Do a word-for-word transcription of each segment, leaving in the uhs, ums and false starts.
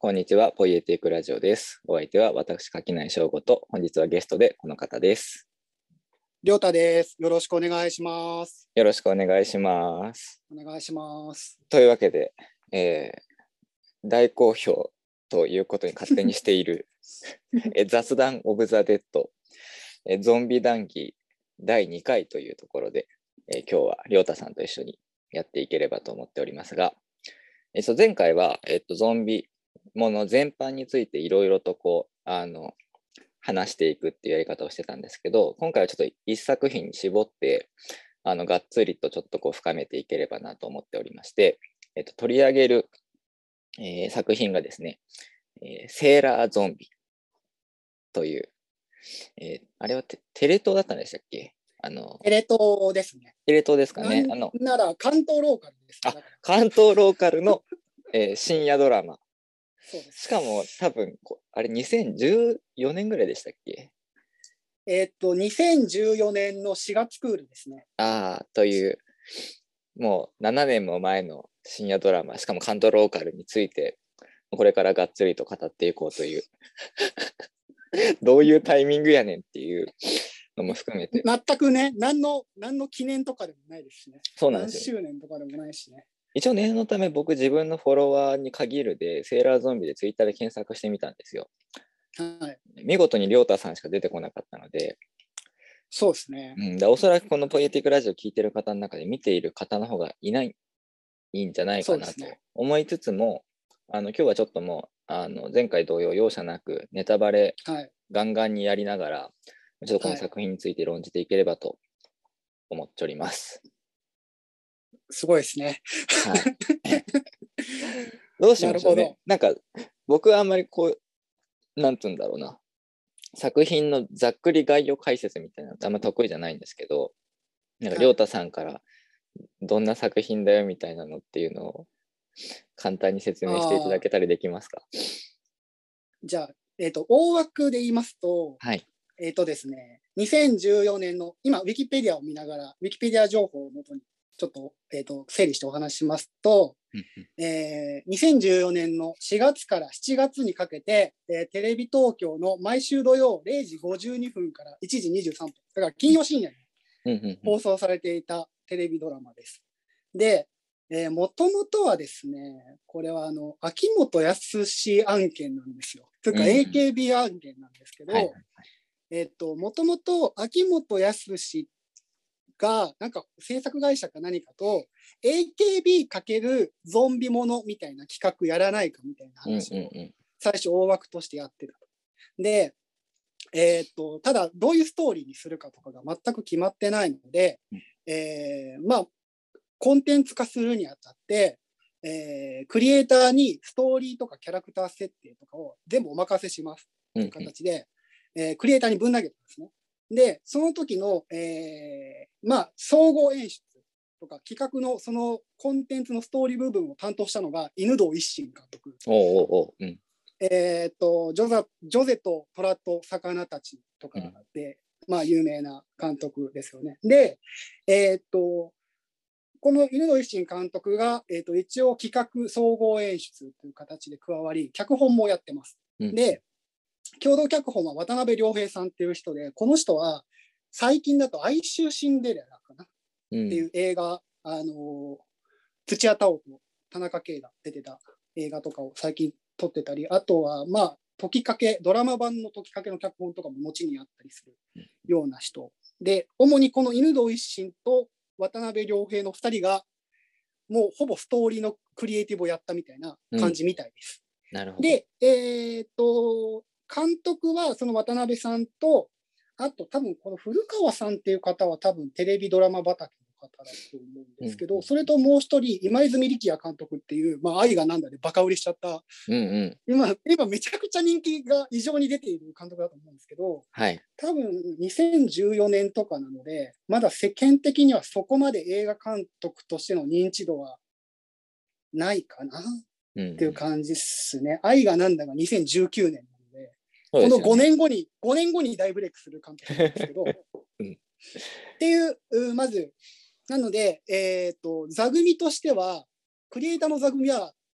こんにちは、ポイエティックラジオです。お相手は私、垣内翔吾と、本日はゲストでこの方です。 りょうたです。よろしくお願いします。 よろしくお願いします。 お願いします。 というわけで、えー、大好評ということに勝手にしているえ雑談オブザ・デッド、えゾンビ談義だいにかいというところで、えー、今日はりょうたさんと一緒にやっていければと思っておりますが、えー、前回は、えーと、ゾンビもの全般についていろいろとこうあの話していくっていうやり方をしてたんですけど、今回はちょっと一作品に絞ってあのがっつりとちょっとこう深めていければなと思っておりまして、えっと、取り上げる、えー、作品がですね、えー、セーラーゾンビという、えー、あれは テ, テレ東だったんでしたっけ？あのテレ東ですね。 テレ東ですかね。 なんあのなら関東ローカルです。 あ、関東ローカルの、えー、深夜ドラマ。 そうです。 しかも多分あれにせんじゅうよねんぐらいでしたっけ？ えー、っとにせんじゅうよねんのしがつクールですね。 ああ、というもうななねんも前の深夜ドラマ、しかも関東ローカルについてこれからがっつりと語っていこうというどういうタイミングやねんっていうのも含めて、 全くね、何の何の記念とかでもないですしね。 そうなんですよ。 何周年とかでもないしね。 一応念のため僕自分のフォロワーに限るでセーラーゾンビでツイッターで検索してみたんですよ。 はい。 見事にりょうたさんしか出てこなかったので、 そうですね。 うん、だおそらくこのポエティックラジオ聞いてる方の中で見ている方の方がいないいいんじゃないかなと思いつつも、ね、あの今日はちょっともうあの前回同様容赦なくネタバレガンガンにやりながら、はい、ちょっとこの作品について論じていければと思っております。はい、 すごいですね。 はい、どうしましょうね。なんか僕はあんまりこうなんて言うんだろうな、作品のざっくり概要解説みたいなのってあんま得意じゃないんですけど、なんかりょうたさんからどんな作品だよみたいなのっていうのを簡単に説明していただけたりできますか？ じゃあ、えーと、大枠で言いますと、 はい、えっとですね、にせんじゅうよねんの、今、ウィキペディアを見ながら、ウィキペディア情報をもとに、ちょっと、えーと、整理してお話ししますと、えー、にせんじゅうよねんのしがつからしちがつにかけて、えー、テレビ東京の毎週土曜れいじごじゅうにふんからいちじにじゅうさんぷん、だから金曜深夜に放送されていたテレビドラマです。で、えー、もともとはですね、これはあの秋元康案件なんですよ。というか エーケービー 案件なんですけど、はいはいはい、えっと、もともと秋元康が、なんか制作会社か何かと エーケービー× ゾンビものみたいな企画やらないかみたいな話を最初大枠としてやってた。で、えー、っと、ただどういうストーリーにするかとかが全く決まってないので、えー、まあ、コンテンツ化するにあたって、えー、クリエイターにストーリーとかキャラクター設定とかを全部お任せしますという形で、うんうん、えー、クリエイターにぶん投げたんですね。で、その時の、えー、まあ、総合演出とか企画のそのコンテンツのストーリー部分を担当したのが犬堂一心監督。 おうおうおう、うん、 えっとジョザ、ジョゼと虎と魚たちとかで、うん、まあ、有名な監督ですよね。で、えっと、この犬堂一心監督が、えー、と一応企画総合演出という形で加わり、脚本もやってます。うん、で、共同脚本は渡辺良平さんっていう人で、この人は最近だと哀愁シンデレラかな、うん、っていう映画、あの土屋太鳳と田中圭が出てた映画とかを最近撮ってたり、あとはまあ時かけ、ドラマ版の時かけの脚本とかも後にあったりするような人で、主にこの犬堂一心と渡辺良平のふたりがもうほぼストーリーのクリエイティブをやったみたいな感じみたいです。 うん、なるほど。 で、えー、っと監督はその渡辺さんと、あと多分この古川さんっていう方は多分テレビドラマ畑の方だと思うんですけど、うん、それともう一人今泉力也監督っていう、まあ、愛がなんだでバカ売りしちゃった、 うんうん、 今今めちゃくちゃ人気が異常に出ている監督だと思うんですけど、 はい、 多分にせんじゅうよねんとかなのでまだ世間的にはそこまで映画監督としての認知度はないかなっていう感じですね。うん、愛がなんだがにせんじゅうきゅうねんなので、このごねんごにごねんごに大ブレイクする監督なんですけど、うん、っていうまずなので、えーと、座組としてはクリエイターの座組は、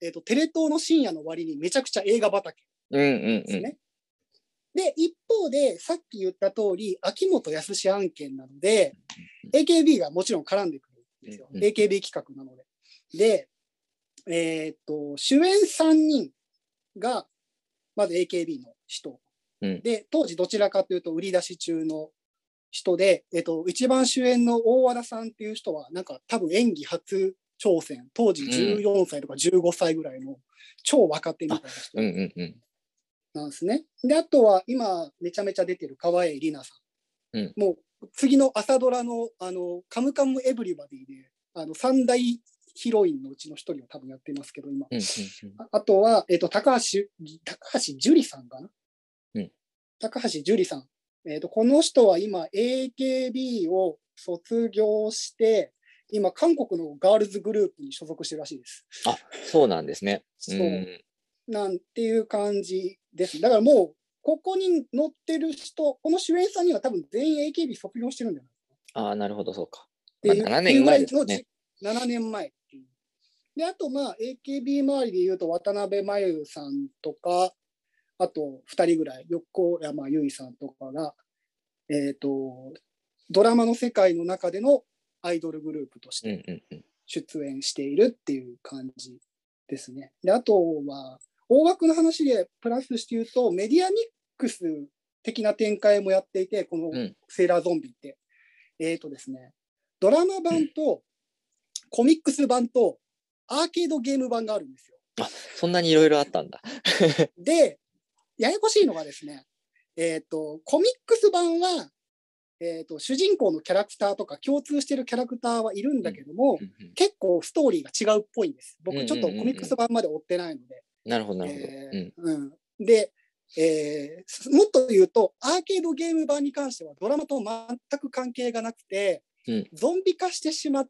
えーと、テレ東の深夜の割にめちゃくちゃ映画畑ですね。うんうんうん、で、一方で、さっき言った通り、秋元康案件なので、エーケービー がもちろん絡んでくるんですよ。うんうん、エーケービー 企画なので。で、えっと、主演さんにんが、まず エーケービー の人。うん、で、当時どちらかというと売り出し中の人で、えっと、一番主演の大和田さんっていう人は、なんか多分演技初挑戦、当時じゅうよんさいとかじゅうごさいぐらいの超若手みたいな人なんですね。で、あとは今めちゃめちゃ出てる川栄李奈さん。うん、もう次の朝ドラの、あの、カムカムエブリバディで、あの、三大ヒロインのうちの一人を多分やってますけど、今。うんうんうん、あ, あとは、えっと、高橋、高橋樹里さんかな、うん、高橋樹里さん。えっと、この人は今 エーケービー を卒業して、今、韓国のガールズグループに所属してるらしいです。 あ、そうなんですね。 そう。なんていう感じです。だからもう、ここに載ってる人、この主演さんには多分全員 エーケービー 卒業してるんじゃないですか。ああ、なるほど、そうか。 っていう、まあ、ななねんまえですね。ななねんまえっていう。で、あと、まあ、エーケービー 周りで言うと、渡辺真由さんとか、あとふたりぐらい、横山由依さんとかが、えっと、ドラマの世界の中でのアイドルグループとして出演しているっていう感じですね。で、あとは、大枠の話でプラスして言うと、メディアミックス的な展開もやっていて、このセーラーゾンビって。うん、えっとですね、ドラマ版とコミックス版とアーケードゲーム版があるんですよ。 あ、そんなにいろいろあったんだ。 で、ややこしいのがですね、えっと、コミックス版は、えっと、主人公のキャラクターとか共通してるキャラクターはいるんだけども、うんうんうん、結構ストーリーが違うっぽいんです。僕ちょっとコミックス版まで追ってないので。 なるほど、なるほど。 えーうんうん、で、えー、もっと言うと、アーケードゲーム版に関してはドラマと全く関係がなくて、うん、ゾンビ化してしまった、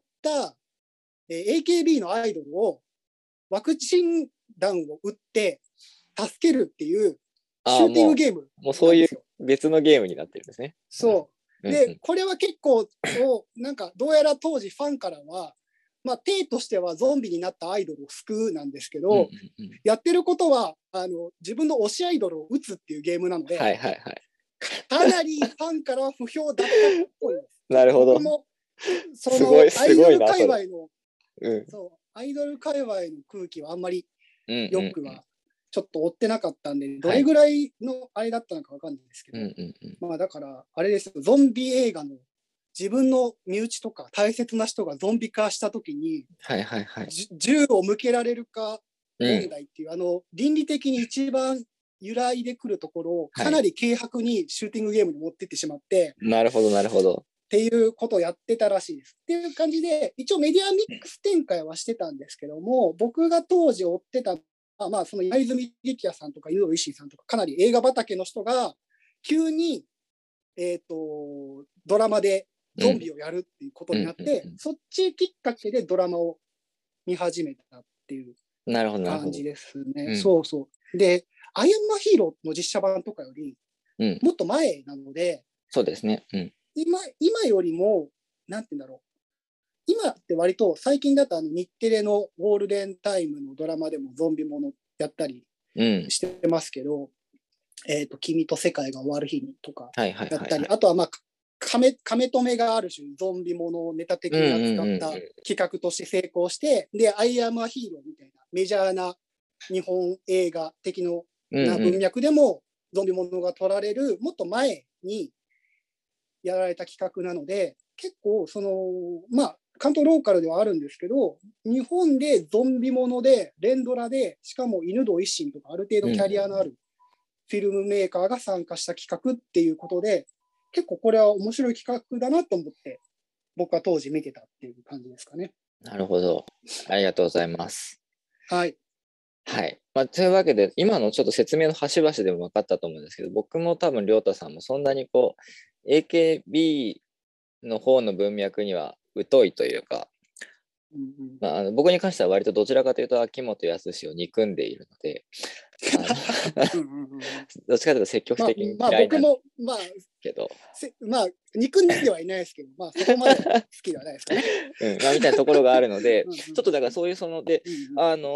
えー、エーケービー のアイドルをワクチン弾を打って助けるっていうシューティングゲーム。 もう、もうそういう別のゲームになってるんですね。 そう。で、うんうん、これは結構、なんかどうやら当時ファンからは、まあ、体としてはゾンビになったアイドルを救うなんですけど、うんうんうん、やってることはあの自分の推しアイドルを撃つっていうゲームなので、 はいはいはい、 かなりファンからは不評だったっぽいです。 なるほど。 僕もそのアイドル界隈の、うん、そうアイドル界隈の空気はあんまりよくはちょっと追ってなかったんで、うんうんうん、どれぐらいのあれだったのかわかんないですけど、はい、まあだからあれですよ、ゾンビ映画の自分の身内とか大切な人がゾンビ化したときに、 はいはいはい、 銃を向けられるか問題っていう、うん、あの倫理的に一番揺らいでくるところをかなり軽薄にシューティングゲームに持ってってしまって、 はい、なるほどなるほどっていうことをやってたらしいです。っていう感じで一応メディアミックス展開はしてたんですけども、僕が当時追ってたまあその今泉力也さんとか湯道石井さんとかかなり映画畑の人が急にえっとドラマでゾンビをやるっていうことになって、うんうんうんうん、そっちきっかけでドラマを見始めたっていう感じですね。うん、そうそう。で、アイアンマンヒーローの実写版とかより、もっと前なので、うん、 そうですね。うん、 今、今よりも、なんて言うんだろう。今って割と最近だとあの日テレのゴールデンタイムのドラマでもゾンビものやったりしてますけど、うん、えっと、君と世界が終わる日にとかやったり、はいはいはいはい、あとはまあ、亀止めがある種ゾンビものをネタ的に扱った企画として成功して、で、アイアムアヒーローみたいなメジャーな日本映画的な文脈でもゾンビものが撮られるもっと前にやられた企画なので、結構その、まあ、関東ローカルではあるんですけど、日本でゾンビもので連ドラで、しかも犬堂一心とかある程度キャリアのあるフィルムメーカーが参加した企画っていうことで、結構これは面白い企画だなと思って僕は当時見てたっていう感じですかね。 なるほど、ありがとうございます。 はい、 はいまあ、というわけで今のちょっと説明の端々でも分かったと思うんですけど、僕も多分亮太さんもそんなにこう エーケービー の方の文脈には疎いというか、うんうんまあ、あの僕に関しては割とどちらかというと秋元康を憎んでいるのでうんうん、どっちかというと積極的に嫌いなんですけど、 まあ、まあ、僕もまあ憎んではいないですけど、まあそこまで好きではないですかね、 うんまあ、みたいなところがあるのでうん、うん、ちょっとだからそういうそので、うんうん、あの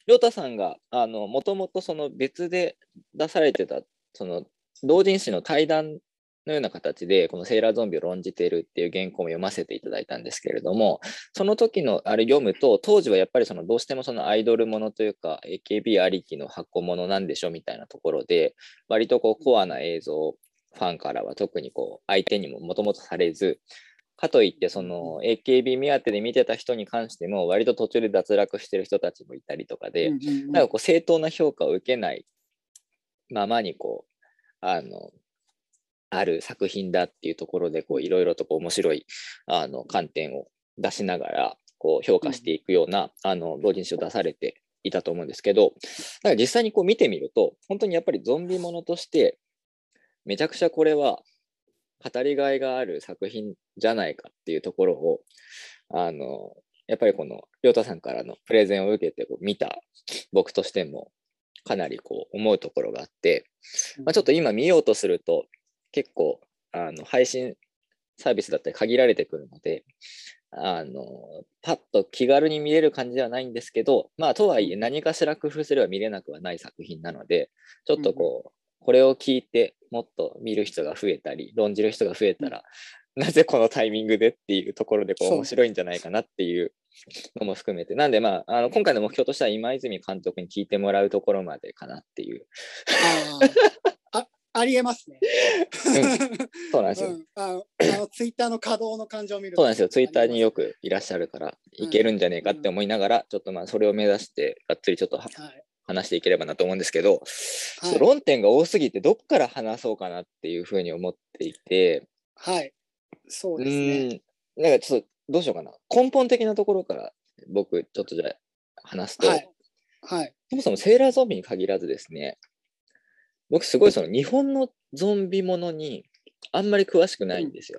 亮太さんがあのもともとその別で出されてたその同人誌の対談のような形でこのセーラーゾンビを論じているっていう原稿も読ませていただいたんですけれども、その時のあれ読むと、当時はやっぱりそのどうしてもそのアイドルものというか エーケービー ありきの箱ものなんでしょみたいなところで、割とこうコアな映像ファンからは特にこう相手にももともとされず、かといってその エーケービー 目当てで見てた人に関しても割と途中で脱落してる人たちもいたりとかで、なんかこう正当な評価を受けないままにこうあのある作品だっていうところでこういろいろとこう面白いあの観点を出しながらこう評価していくような、うん、あの同人誌を出されていたと思うんですけど、だから実際にこう見てみると本当にやっぱりゾンビものとしてめちゃくちゃこれは語りがいがある作品じゃないかっていうところをあのやっぱりこの亮太さんからのプレゼンを受けてこう見た僕としてもかなりこう思うところがあって、まあ、ちょっと今見ようとすると結構あの配信サービスだったり限られてくるので、あのパッと気軽に見れる感じではないんですけど、まあとはいえ何かしら工夫すれば見れなくはない作品なので、ちょっとこうこれを聞いてもっと見る人が増えたり論じる人が増えたら、うん、なぜこのタイミングでっていうところでこう面白いんじゃないかなっていうのも含めて、なんでまああの今回の目標としては今泉監督に聞いてもらうところまでかなっていう。 あありえますね。 うん、そうなんですよ。うん、 あのあのツイッターの稼働の感情を見ると。 そうなんですよ。ツイッターによくいらっしゃるからいけるんじゃねえかって思いながら、うん、ちょっとまあそれを目指してがっつりちょっと、はい、話していければなと思うんですけど、はい、論点が多すぎてどっから話そうかなっていうふうに思っていて、 はい、そうですね。 うん、なんかちょっとどうしようかな。根本的なところから僕ちょっとじゃあ話すと、 はいはい、 そもそもセーラーゾンビに限らずですね、僕すごいその日本のゾンビものにあんまり詳しくないんですよ。うん、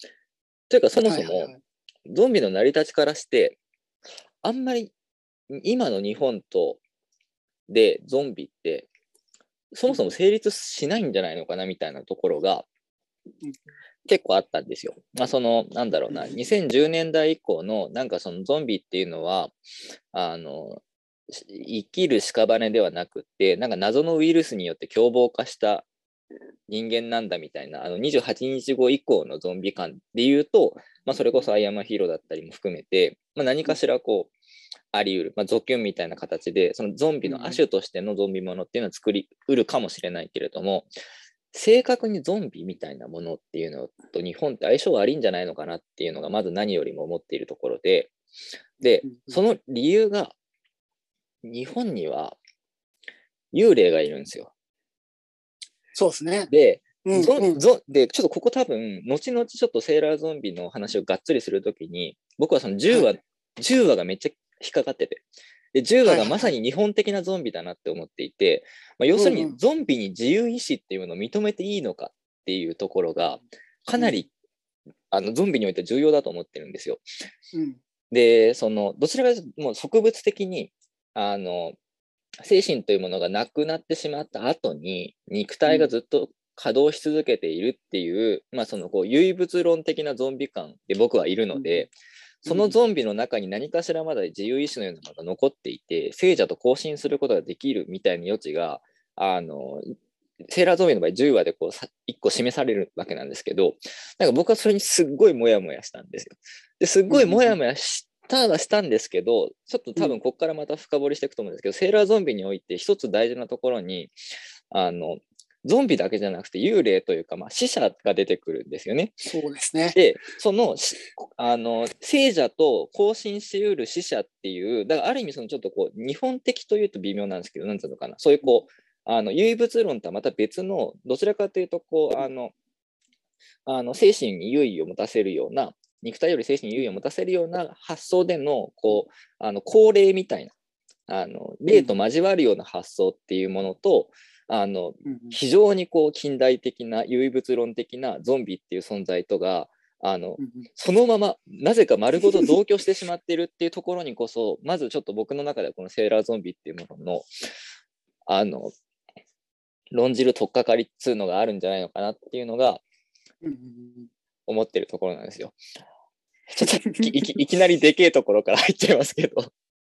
というかそもそも、はいはいはい、ゾンビの成り立ちからしてあんまり今の日本とでゾンビってそもそも成立しないんじゃないのかなみたいなところが結構あったんですよ。まあそのなんだろうな、にせんじゅうねんだい以降のなんかそのゾンビっていうのはあの生きる屍ではなくってなんか謎のウイルスによって凶暴化した人間なんだみたいなあのにじゅうはちにちご以降のゾンビ感でいうと、まあ、それこそアイアムヒーローだったりも含めて、まあ、何かしらこうあり得る、まあ、ゾキュンみたいな形でそのゾンビの亜種としてのゾンビものっていうのを作りうるかもしれないけれども、正確にゾンビみたいなものっていうのと日本って相性悪いんじゃないのかなっていうのがまず何よりも思っているところで、でその理由が日本には幽霊がいるんですよ。 そうですね。 で、うんうん、ゾでちょっとここ多分後々ちょっとセーラーゾンビの話をがっつりするときに僕はそのじゅうわ、はい、じゅうわがめっちゃ引っかかってて、でじゅうわがまさに日本的なゾンビだなって思っていて、はいはいはい、まあ、要するにゾンビに自由意志っていうのを認めていいのかっていうところがかなり、うん、あのゾンビにおいて重要だと思ってるんですよ。うん、でそのどちらかというともう植物的にあの精神というものがなくなってしまった後に肉体がずっと稼働し続けているっていう、うん、まあそのこう唯物論的なゾンビ感で僕はいるので、うん、そのゾンビの中に何かしらまだ自由意志のようなものが残っていて聖者と交信することができるみたいな余地があのセーラーゾンビの場合じゅうわでこういっこ示されるわけなんですけど、なんか僕はそれにすっごいモヤモヤしたんですよ。ですっごいモヤモヤしたはしたんですけど、ちょっと多分ここからまた深掘りしていくと思うんですけど、うん、セーラーゾンビにおいて一つ大事なところにあのゾンビだけじゃなくて幽霊というか、まあ、死者が出てくるんですよね。 そうですね。 でそのあの聖者と交信しうる死者っていうだからある意味そのちょっとこう日本的というと微妙なんですけどなんていうのかなそういうこうあの唯物論とはまた別のどちらかというとこうあのあの精神に優位を持たせるような肉体より精神に優位を持たせるような発想でのこうあの高齢みたいなあの霊と交わるような発想っていうものと、うん、あの非常にこう近代的な唯物論的なゾンビっていう存在とがあの、うん、そのままなぜか丸ごと同居してしまっているっていうところにこそまずちょっと僕の中ではこのセーラーゾンビっていうもののあの論じる取っかかりっつうのがあるんじゃないのかなっていうのが思ってるところなんですよ。ちょっといき、いきなりでけえところから入っちゃいますけど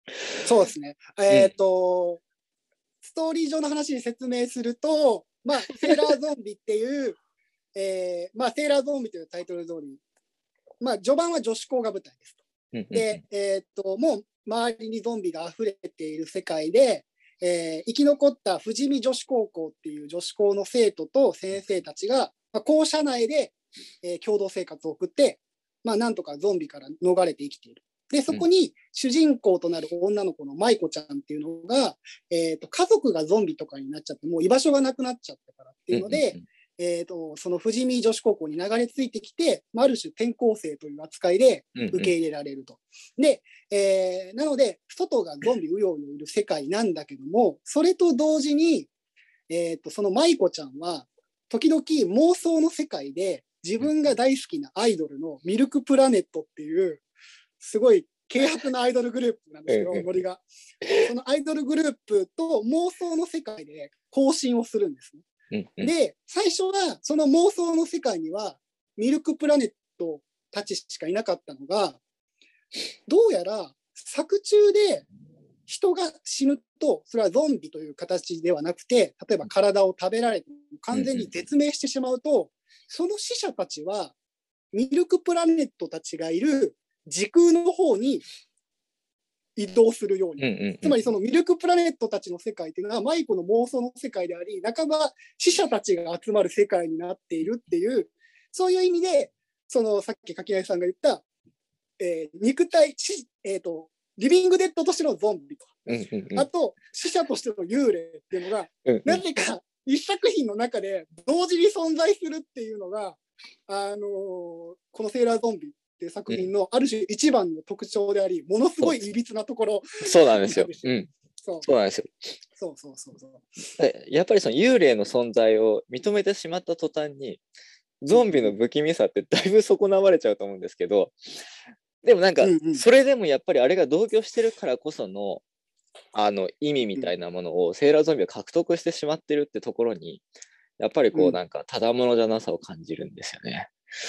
そうですね。えっ、ー、と、うん、ストーリー上の話で説明すると、まあ、セーラーゾンビっていう、えー、まあ、セーラーゾンビというタイトル通り、まあ、序盤は女子校が舞台ですと。で、えっ、ー、と、もう周りにゾンビが溢れている世界で、えー、生き残った富士見女子高校っていう女子校の生徒と先生たちが、まあ、校舎内で、えー、共同生活を送って、まあ、なんとかゾンビから逃れて生きている。で、そこに主人公となる女の子の舞子ちゃんっていうのが、えーと、家族がゾンビとかになっちゃって、もう居場所がなくなっちゃったからっていうので、えーと、その富士見女子高校に流れ着いてきて、ある種転校生という扱いで受け入れられると。うんうん、で、えー、なので、外がゾンビうようよいる世界なんだけども、それと同時に、えーと、その舞子ちゃんは、時々妄想の世界で自分が大好きなアイドルのミルクプラネットっていう、すごい軽薄なアイドルグループなんですけど、ノリが。そのアイドルグループと妄想の世界で交信をするんですね。で、最初はその妄想の世界にはミルクプラネットたちしかいなかったのが、どうやら作中で人が死ぬと、それはゾンビという形ではなくて、例えば体を食べられて完全に絶命してしまうと、その死者たちはミルクプラネットたちがいる時空の方に移動するように、うんうんうん、つまりそのミルクプラネットたちの世界っていうのは舞子の妄想の世界であり、半ば死者たちが集まる世界になっているっていう、そういう意味で、そのさっき柿内さんが言った、えー、肉体、えーと、リビングデッドとしてのゾンビと、うんうんうん、あと死者としての幽霊っていうのが、うんうん、なぜか一作品の中で同時に存在するっていうのが、あのー、このセーラーゾンビっていう作品のある種一番の特徴であり、ものすごいいびつなところ。 そうなんですよ。うん。そう、そうなんですよ。 そうそうそうそう。 やっぱりその幽霊の存在を認めてしまった途端に、ゾンビの不気味さってだいぶ損なわれちゃうと思うんですけど、でもなんか、それでもやっぱりあれが同居してるからこその、あの意味みたいなものをセーラーゾンビは獲得してしまってるってところに、やっぱりこうなんかただものじゃなさを感じるんですよね。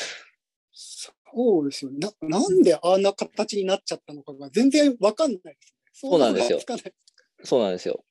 そうですよね。な、なんであんな形になっちゃったのかが全然わかんないですね。 そうなんですよ。そうなんですよ。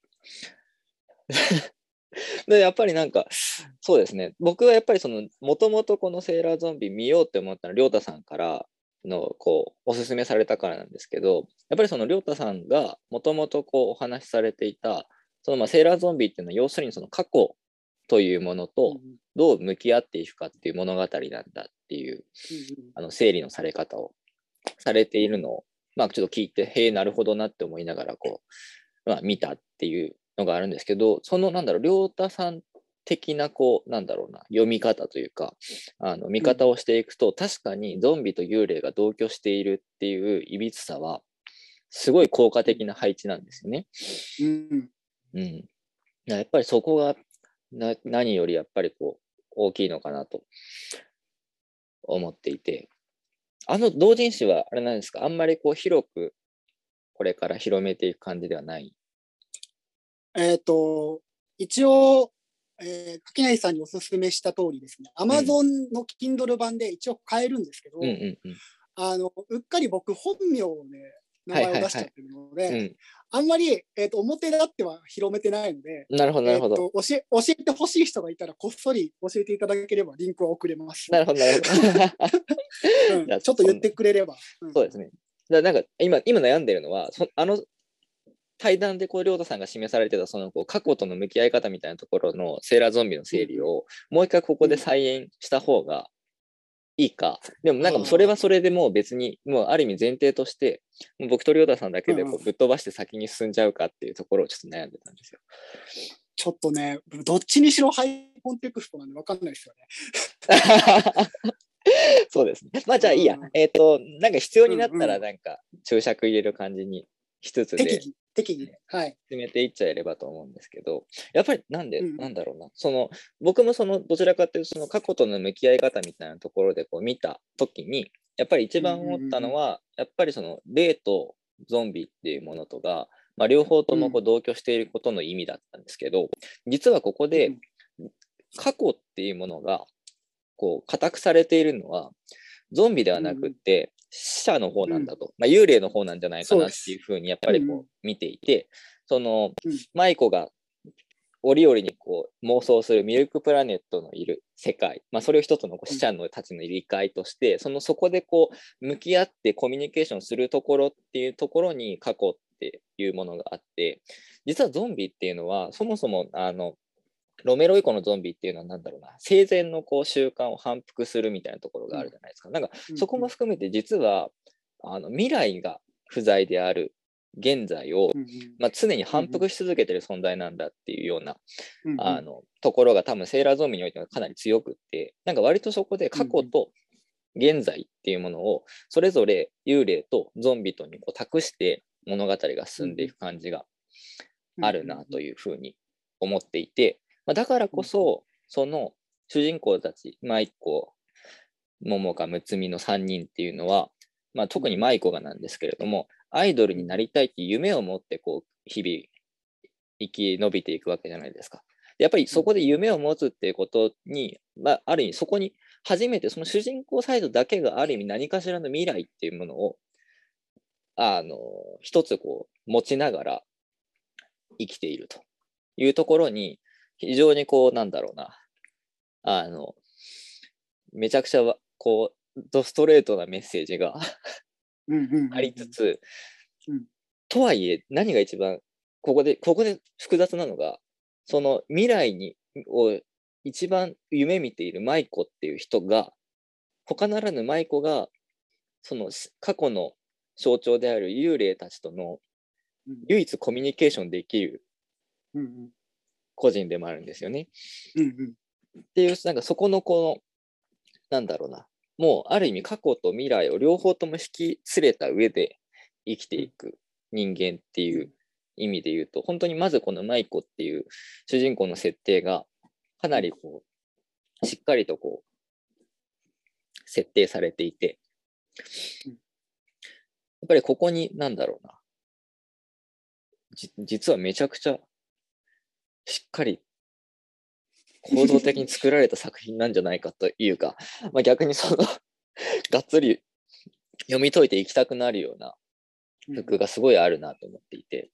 で、やっぱりなんか、そうですね。僕はやっぱりその、もともとこのセーラーゾンビ見ようって思ったのは、りょうたさんからの、こう、おすすめされたからなんですけど、やっぱりそのりょうたさんがもともとこう、お話しされていた、そのまあセーラーゾンビっていうのは、要するにその過去というものとどう向き合っていくかっていう物語なんだっていう、あの整理のされ方をされているのを、まあちょっと聞いて、へえ、なるほどなって思いながらこう、まあ見たっていうのがあるんですけど、そのなんだろう、りょうたさん的なこう、なんだろうな、読み方というか、あの見方をしていくと、確かにゾンビと幽霊が同居しているっていういびつさは、すごい効果的な配置なんですよね。うん。うん。やっぱりそこがな何よりやっぱりこう大きいのかなと思っていて、あの同人誌はあれなんですか、あんまりこう広くこれから広めていく感じではない？ えっと、一応、えー、柿内さんにおすすめした通りですね、アマゾンの Kindle 版で一応買えるんですけど、うんうんうん、あのうっかり僕本名で名前を出しちゃってるので、はいはいはい、うん、あんまり、えーと、表立っては広めてないので、 なるほどなるほど、 えーと、教え、教えてほしい人がいたらこっそり教えていただければリンクは送れます。 なるほどなるほど、 うん、ちょっと言ってくれれば。 うん、そうですね。だなんか今今悩んでるのは、そあの対談でこう亮太さんが示されてたそのこう過去との向き合い方みたいなところのセーラーゾンビの整理をもう一回ここで再演した方がいいか、でもなんかもうそれはそれでもう別にもうある意味前提としてもう僕と亮太さんだけでこうぶっ飛ばして先に進んじゃうかっていうところをちょっと悩んでたんですよ。 ちょっとね、どっちにしろハイコンテクストなんで分かんないですよね。 そうですね。まあじゃあいいや。えっと、なんか必要になったらなんか注釈入れる感じにしつつで、 適宜、適宜で、はい。 進めていっちゃえればと思うんですけど、やっぱりなんで、うん、なんだろうな。その、僕もその、どちらかというと、その過去との向き合い方みたいなところでこう見たときに、やっぱり一番思ったのは、やっぱりその、霊とゾンビっていうものとが、まあ、両方ともこう同居していることの意味だったんですけど、実はここで、過去っていうものが、こう、固くされているのは、ゾンビではなくって、 死者の方なんだと、 うん、 まあ、幽霊の方なんじゃないかなっていうふうにやっぱりこうんう見ていて、そのうん舞子が折々にこう妄想するミルクプラネットのいる世界、まあ、それを一つのこう死者のたちの理解として、そのそこでこう向き合ってコミュニケーションするところっていうところに過去っていうものがあって、実はゾンビっていうのはそもそもあのロメロ以降のゾンビっていうのは何だろうな、生前のこう習慣を反復するみたいなところがあるじゃないですか。なんかそこも含めて実はあの未来が不在である現在を、まあ、常に反復し続けてる存在なんだっていうような、あのところが多分セーラーゾンビにおいてはかなり強くって、なんか割とそこで過去と現在っていうものをそれぞれ幽霊とゾンビとにこう託して物語が進んでいく感じがあるなというふうに思っていて、まあ、だからこそその主人公たち舞子、桃香、睦美のさんにんっていうのは、まあ、特に舞子がなんですけれども、アイドルになりたいっていう夢を持ってこう日々生き延びていくわけじゃないですか。やっぱりそこで夢を持つっていうことに、まあ、ある意味そこに初めてその主人公サイドだけがある意味何かしらの未来っていうものをあの一つこう持ちながら生きているというところに非常にこうなんだろうな、あのめちゃくちゃこうドストレートなメッセージがありつつ、とはいえ何が一番ここでここで複雑なのが、その未来にを一番夢見ている舞子っていう人が、他ならぬ舞子がその過去の象徴である幽霊たちとの唯一コミュニケーションできる個人でもあるんですよね。っていうなんかそこのこのなんだろうな、もうある意味過去と未来を両方とも引き連れた上で生きていく人間っていう意味で言うと、本当にまずこの舞子っていう主人公の設定がかなりこうしっかりとこう設定されていて、やっぱりここになんだろうな、じ実はめちゃくちゃしっかり構造的に作られた作品なんじゃないかというか、まあ、逆にそのがっつり読み解いていきたくなるような服がすごいあるなと思っていて、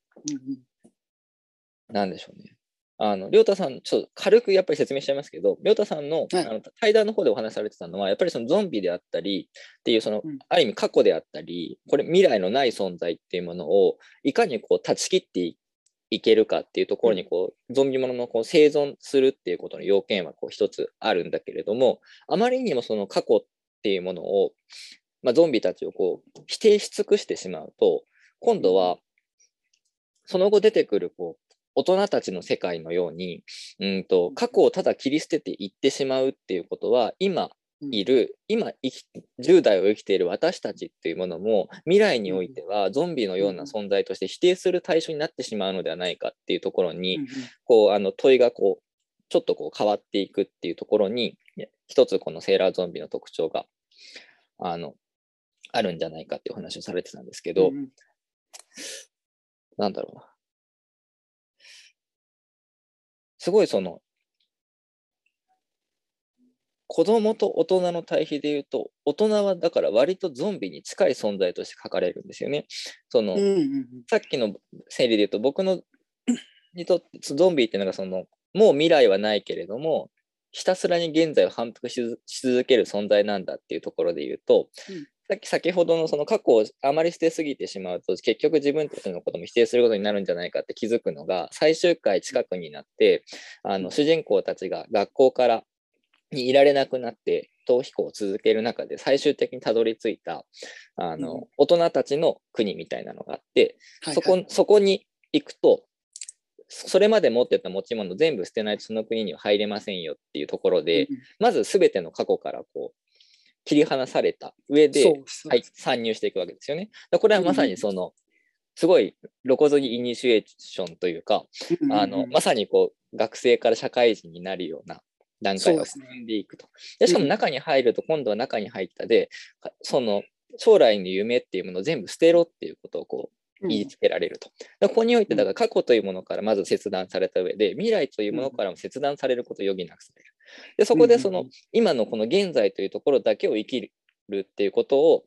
なんでしょうね。あの、りょうたさん、ちょっと軽くやっぱり説明しちゃいますけど、りょうたさんの、はい、あの対談の方でお話しされてたのは、やっぱりそのゾンビであったりっていう、その、うん、ある意味過去であったり、これ未来のない存在っていうものを、いかにこう断ち切っていいけるかっていうところにこう、うん、ゾンビもののこう生存するっていうことの要件はこう一つあるんだけれども、あまりにもその過去っていうものを、まあ、ゾンビたちをこう否定し尽くしてしまうと、今度はその後出てくるこう大人たちの世界のように、うんと過去をただ切り捨てていってしまうっていうことは、今いる、今生きじゅう代を生きている私たちっていうものも未来においてはゾンビのような存在として否定する対象になってしまうのではないかっていうところに、こうあの問いがこうちょっとこう変わっていくっていうところに、一つこのセーラーゾンビの特徴があのあるんじゃないかっていう話をされてたんですけど、なんだろうな、すごいその子供と大人の対比で言うと、大人はだから割とゾンビに近い存在として書かれるんですよね。その、さっきの整理で言うと、僕のにとってゾンビっていうのがその、もう未来はないけれども、ひたすらに現在を反復し続ける存在なんだっていうところで言うと、うん、さっき先ほどのその過去をあまり捨てすぎてしまうと、結局自分たちのことも否定することになるんじゃないかって気づくのが、最終回近くになって、あの主人公たちが学校からにいられなくなって逃避行を続ける中で最終的にたどり着いたあの、うん、大人たちの国みたいなのがあって、はいはい、そこ、そこに行くとそれまで持ってた持ち物全部捨てないとその国には入れませんよっていうところで、うん、まず全ての過去からこう切り離された上で、はい、参入していくわけですよね。これはまさにその、うん、すごい露骨にイニシエーションというか、うん、あのまさにこう学生から社会人になるような段階を進んでいくと。でしかも中に入ると今度は中に入ったで、その将来の夢っていうものを全部捨てろっていうことをこう言いつけられると。ここにおいてだから過去というものからまず切断された上で、未来というものからも切断されることを余儀なくされる。でそこでその今のこの現在というところだけを生きるっていうことを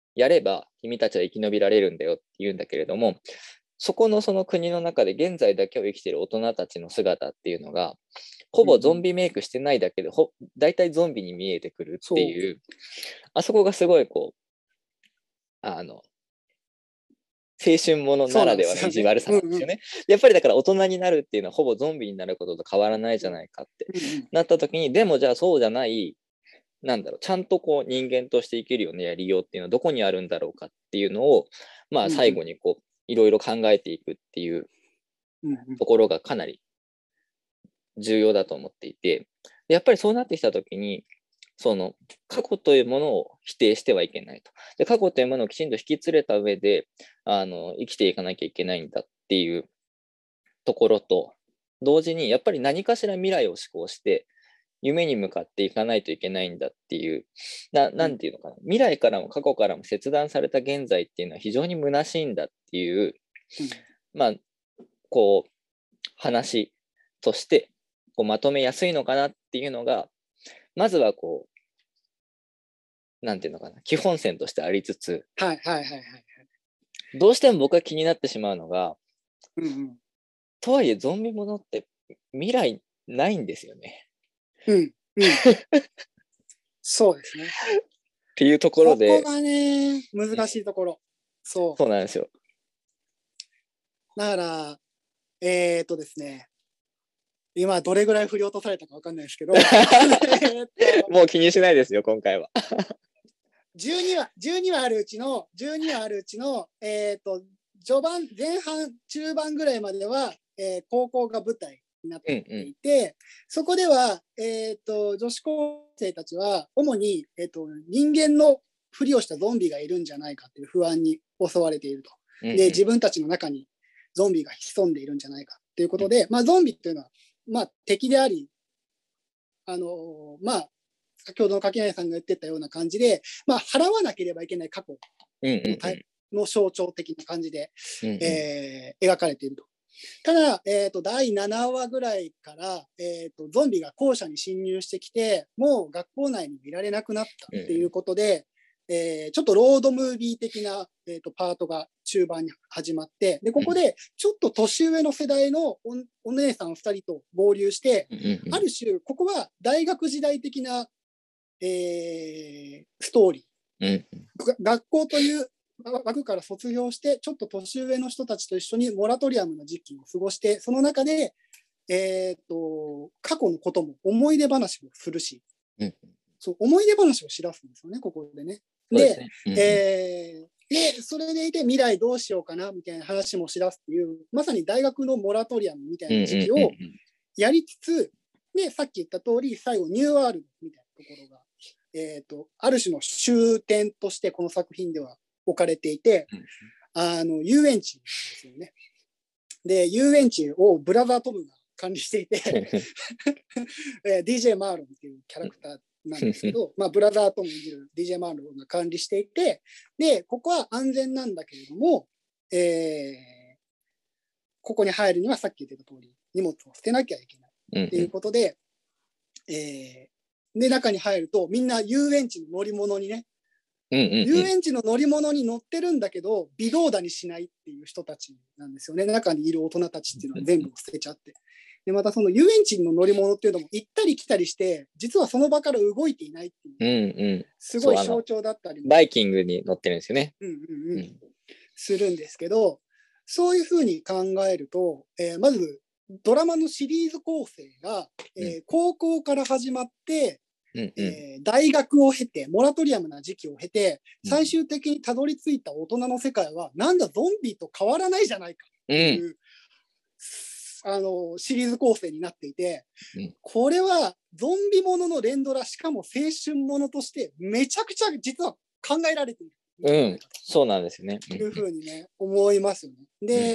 やれば君たちは生き延びられるんだよって言うんだけれども、そこのその国の中で現在だけを生きている大人たちの姿っていうのが、ほぼゾンビメイクしてないだけで、ほ大体ゾンビに見えてくるっていう、あそこがすごいこう、あの、青春ものならではの意地悪さなんですよね。やっぱりだから大人になるっていうのはほぼゾンビになることと変わらないじゃないかってなった時に、でもじゃあそうじゃない、なんだろう、ちゃんとこう人間として生きるようなやりようっていうのはどこにあるんだろうかっていうのを、まあ最後にこう、いろいろ考えていくっていうところがかなり重要だと思っていて、やっぱりそうなってきた時に、その過去というものを否定してはいけないと。で、過去というものをきちんと引き連れた上で、あの、生きていかなきゃいけないんだっていうところと、同時にやっぱり何かしら未来を思考して、夢に向かっていかないといけないんだっていう、な、なんていうのかな。未来からも過去からも切断された現在っていうのは非常に虚しいんだっていう、まあ、こう、話として、こうまとめやすいのかなっていうのが、まずはこう、なんていうのかな、基本線としてありつつ、 はいはいはいはい。 どうしても僕が気になってしまうのが、 うんうん、 とはいえゾンビものって未来ないんですよね。 うんうん、そうですね。 っていうところで。 ここがね、難しいところ。そう。 そうなんですよ。 だから、えー、っとですね、今どれぐらい振り落とされたか分かんないですけど、 もう気にしないですよ、今回は。 じゅうにわ、じゅうにわあるうちの、じゅうにわあるうちの、えー、っと、序盤、前半、中盤ぐらいまでは、えー、高校が舞台になっていて、うんうん、そこでは、えー、っと、女子高生たちは、主に、えー、っと、人間のふりをしたゾンビがいるんじゃないかっていう不安に襲われていると。うんうん、で、自分たちの中にゾンビが潜んでいるんじゃないかっていうことで、うん、まあ、ゾンビっていうのは、まあ、敵であり、あのー、まあ、先ほどの柿内さんが言ってたような感じで、まあ、払わなければいけない過去の象徴的な感じで、うんうん、えー、描かれていると。ただ、えーと、だいななわぐらいから、えーと、ゾンビが校舎に侵入してきて、もう学校内にいられなくなったっていうことで、うんえー、ちょっとロードムービー的な、えーと、パートが中盤に始まって、でここでちょっと年上の世代の お, お姉さんふたりと合流して、うんうん、ある種、ここは大学時代的なえー、ストーリー、うん、学校という枠から卒業してちょっと年上の人たちと一緒にモラトリアムの時期を過ごして、その中で、えー、と過去のことも思い出話もするし、うん、そう思い出話をしだすんですよね、ここでね。で、ねうんえー、でそれでいて未来どうしようかなみたいな話もしだすっていう、まさに大学のモラトリアムみたいな時期をやりつつ、でさっき言った通り最後ニューワールドみたいなところがえーと、ある種の終点としてこの作品では置かれていて、うん、あの遊園地なんですよね。で遊園地をブラザートムが管理していてディージェー マーロンっていうキャラクターなんですけど、まあ、ブラザートム演じる ディージェー マーロンが管理していて、でここは安全なんだけれども、えー、ここに入るにはさっき言ってた通り荷物を捨てなきゃいけないっていうことで、うんうんえーで、中に入ると、みんな遊園地の乗り物にね、うんうんうん、遊園地の乗り物に乗ってるんだけど、微動だにしないっていう人たちなんですよね。中にいる大人たちっていうのは全部捨てちゃって。で、またその遊園地の乗り物っていうのも行ったり来たりして、実はその場から動いていないっていう、うんうん、すごい象徴だったりも。 バイキングに乗ってるんですよね。 うんうんうん。うん、するんですけど、そういうふうに考えると、えー、まず、ドラマのシリーズ構成が、えーうん、高校から始まって、うんうんえー、大学を経てモラトリアムな時期を経て最終的にたどり着いた大人の世界は、うん、なんだゾンビと変わらないじゃないかっていう、うん、あのシリーズ構成になっていて、うん、これはゾンビものの連ドラしかも青春ものとしてめちゃくちゃ実は考えられている。 うん、そうなんですよね。 というふうにね思いますよね。で、うん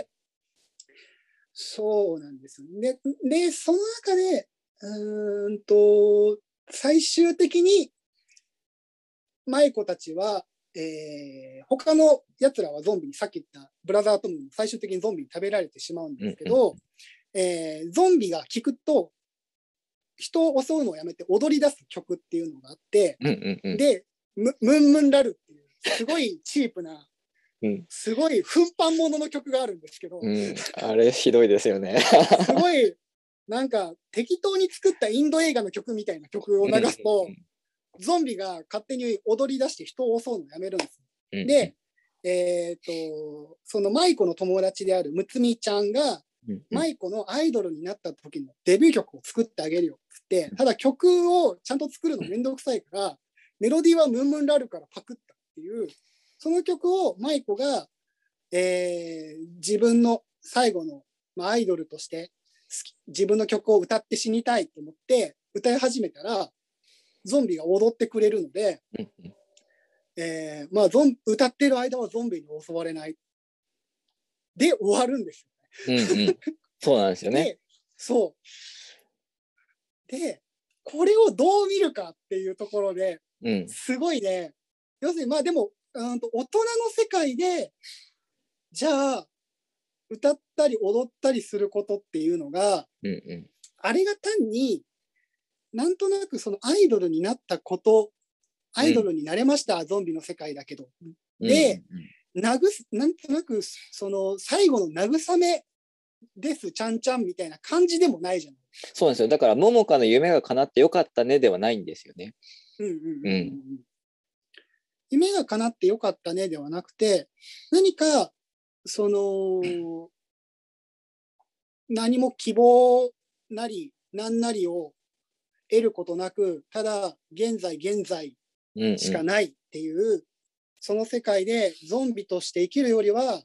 そうなんですよ。で、で、その中で、うーんと、最終的に、舞子たちは、えー、他の奴らはゾンビに、さっき言ったブラザートムも最終的にゾンビに食べられてしまうんですけど、うんうんえー、ゾンビが聞くと、人を襲うのをやめて踊り出す曲っていうのがあって、うんうんうん、で、ムンムンラルっていうすごいチープな、 うん、 すごい奮発ものの曲があるんですけど、 うん、あれひどいですよね。 すごいなんか適当に作ったインド映画の曲みたいな曲を流すと、ゾンビが勝手に踊り出して人を襲うのやめるんです。 うん、 で、えっ、と、その舞子の友達であるむつみちゃんが、 うん舞子のアイドルになった時のデビュー曲を作ってあげるよってって、ただ曲をちゃんと作るのめんどくさいから、メロディーはムンムンラルからパクったっていう、その曲を舞子が、えー自分の最後の、まあ、アイドルとして好き自分の曲を歌って死にたいと思って歌い始めたら、ゾンビが踊ってくれるので、 うんえーまあ、ゾン歌ってる間はゾンビに襲われないで終わるんですうん、うん、そうなんですよよ。 ね。 で、そうでこれをどう見るかっていうところでうん、 すごいね、要するにまあでもうんと大人の世界でじゃあ歌ったり踊ったりすることっていうのが、 うん、うあれが単になんとなくそのアイドルになったこと、アイドルになれました、うん、ゾンビの世界だけど。で、うんうんうん、慰なんとなくその最後の慰めです、ちゃんちゃんみたいな感じでもないじゃない。 そうなんですよ。だから、桃香の夢が叶ってよかったねではないんですよね。 うんうんうんうんうん、夢が叶ってよかったねではなくて、何かその何も希望なり何なりを得ることなく、ただ現在現在しかないっていう、うんうん、その世界でゾンビとして生きるよりは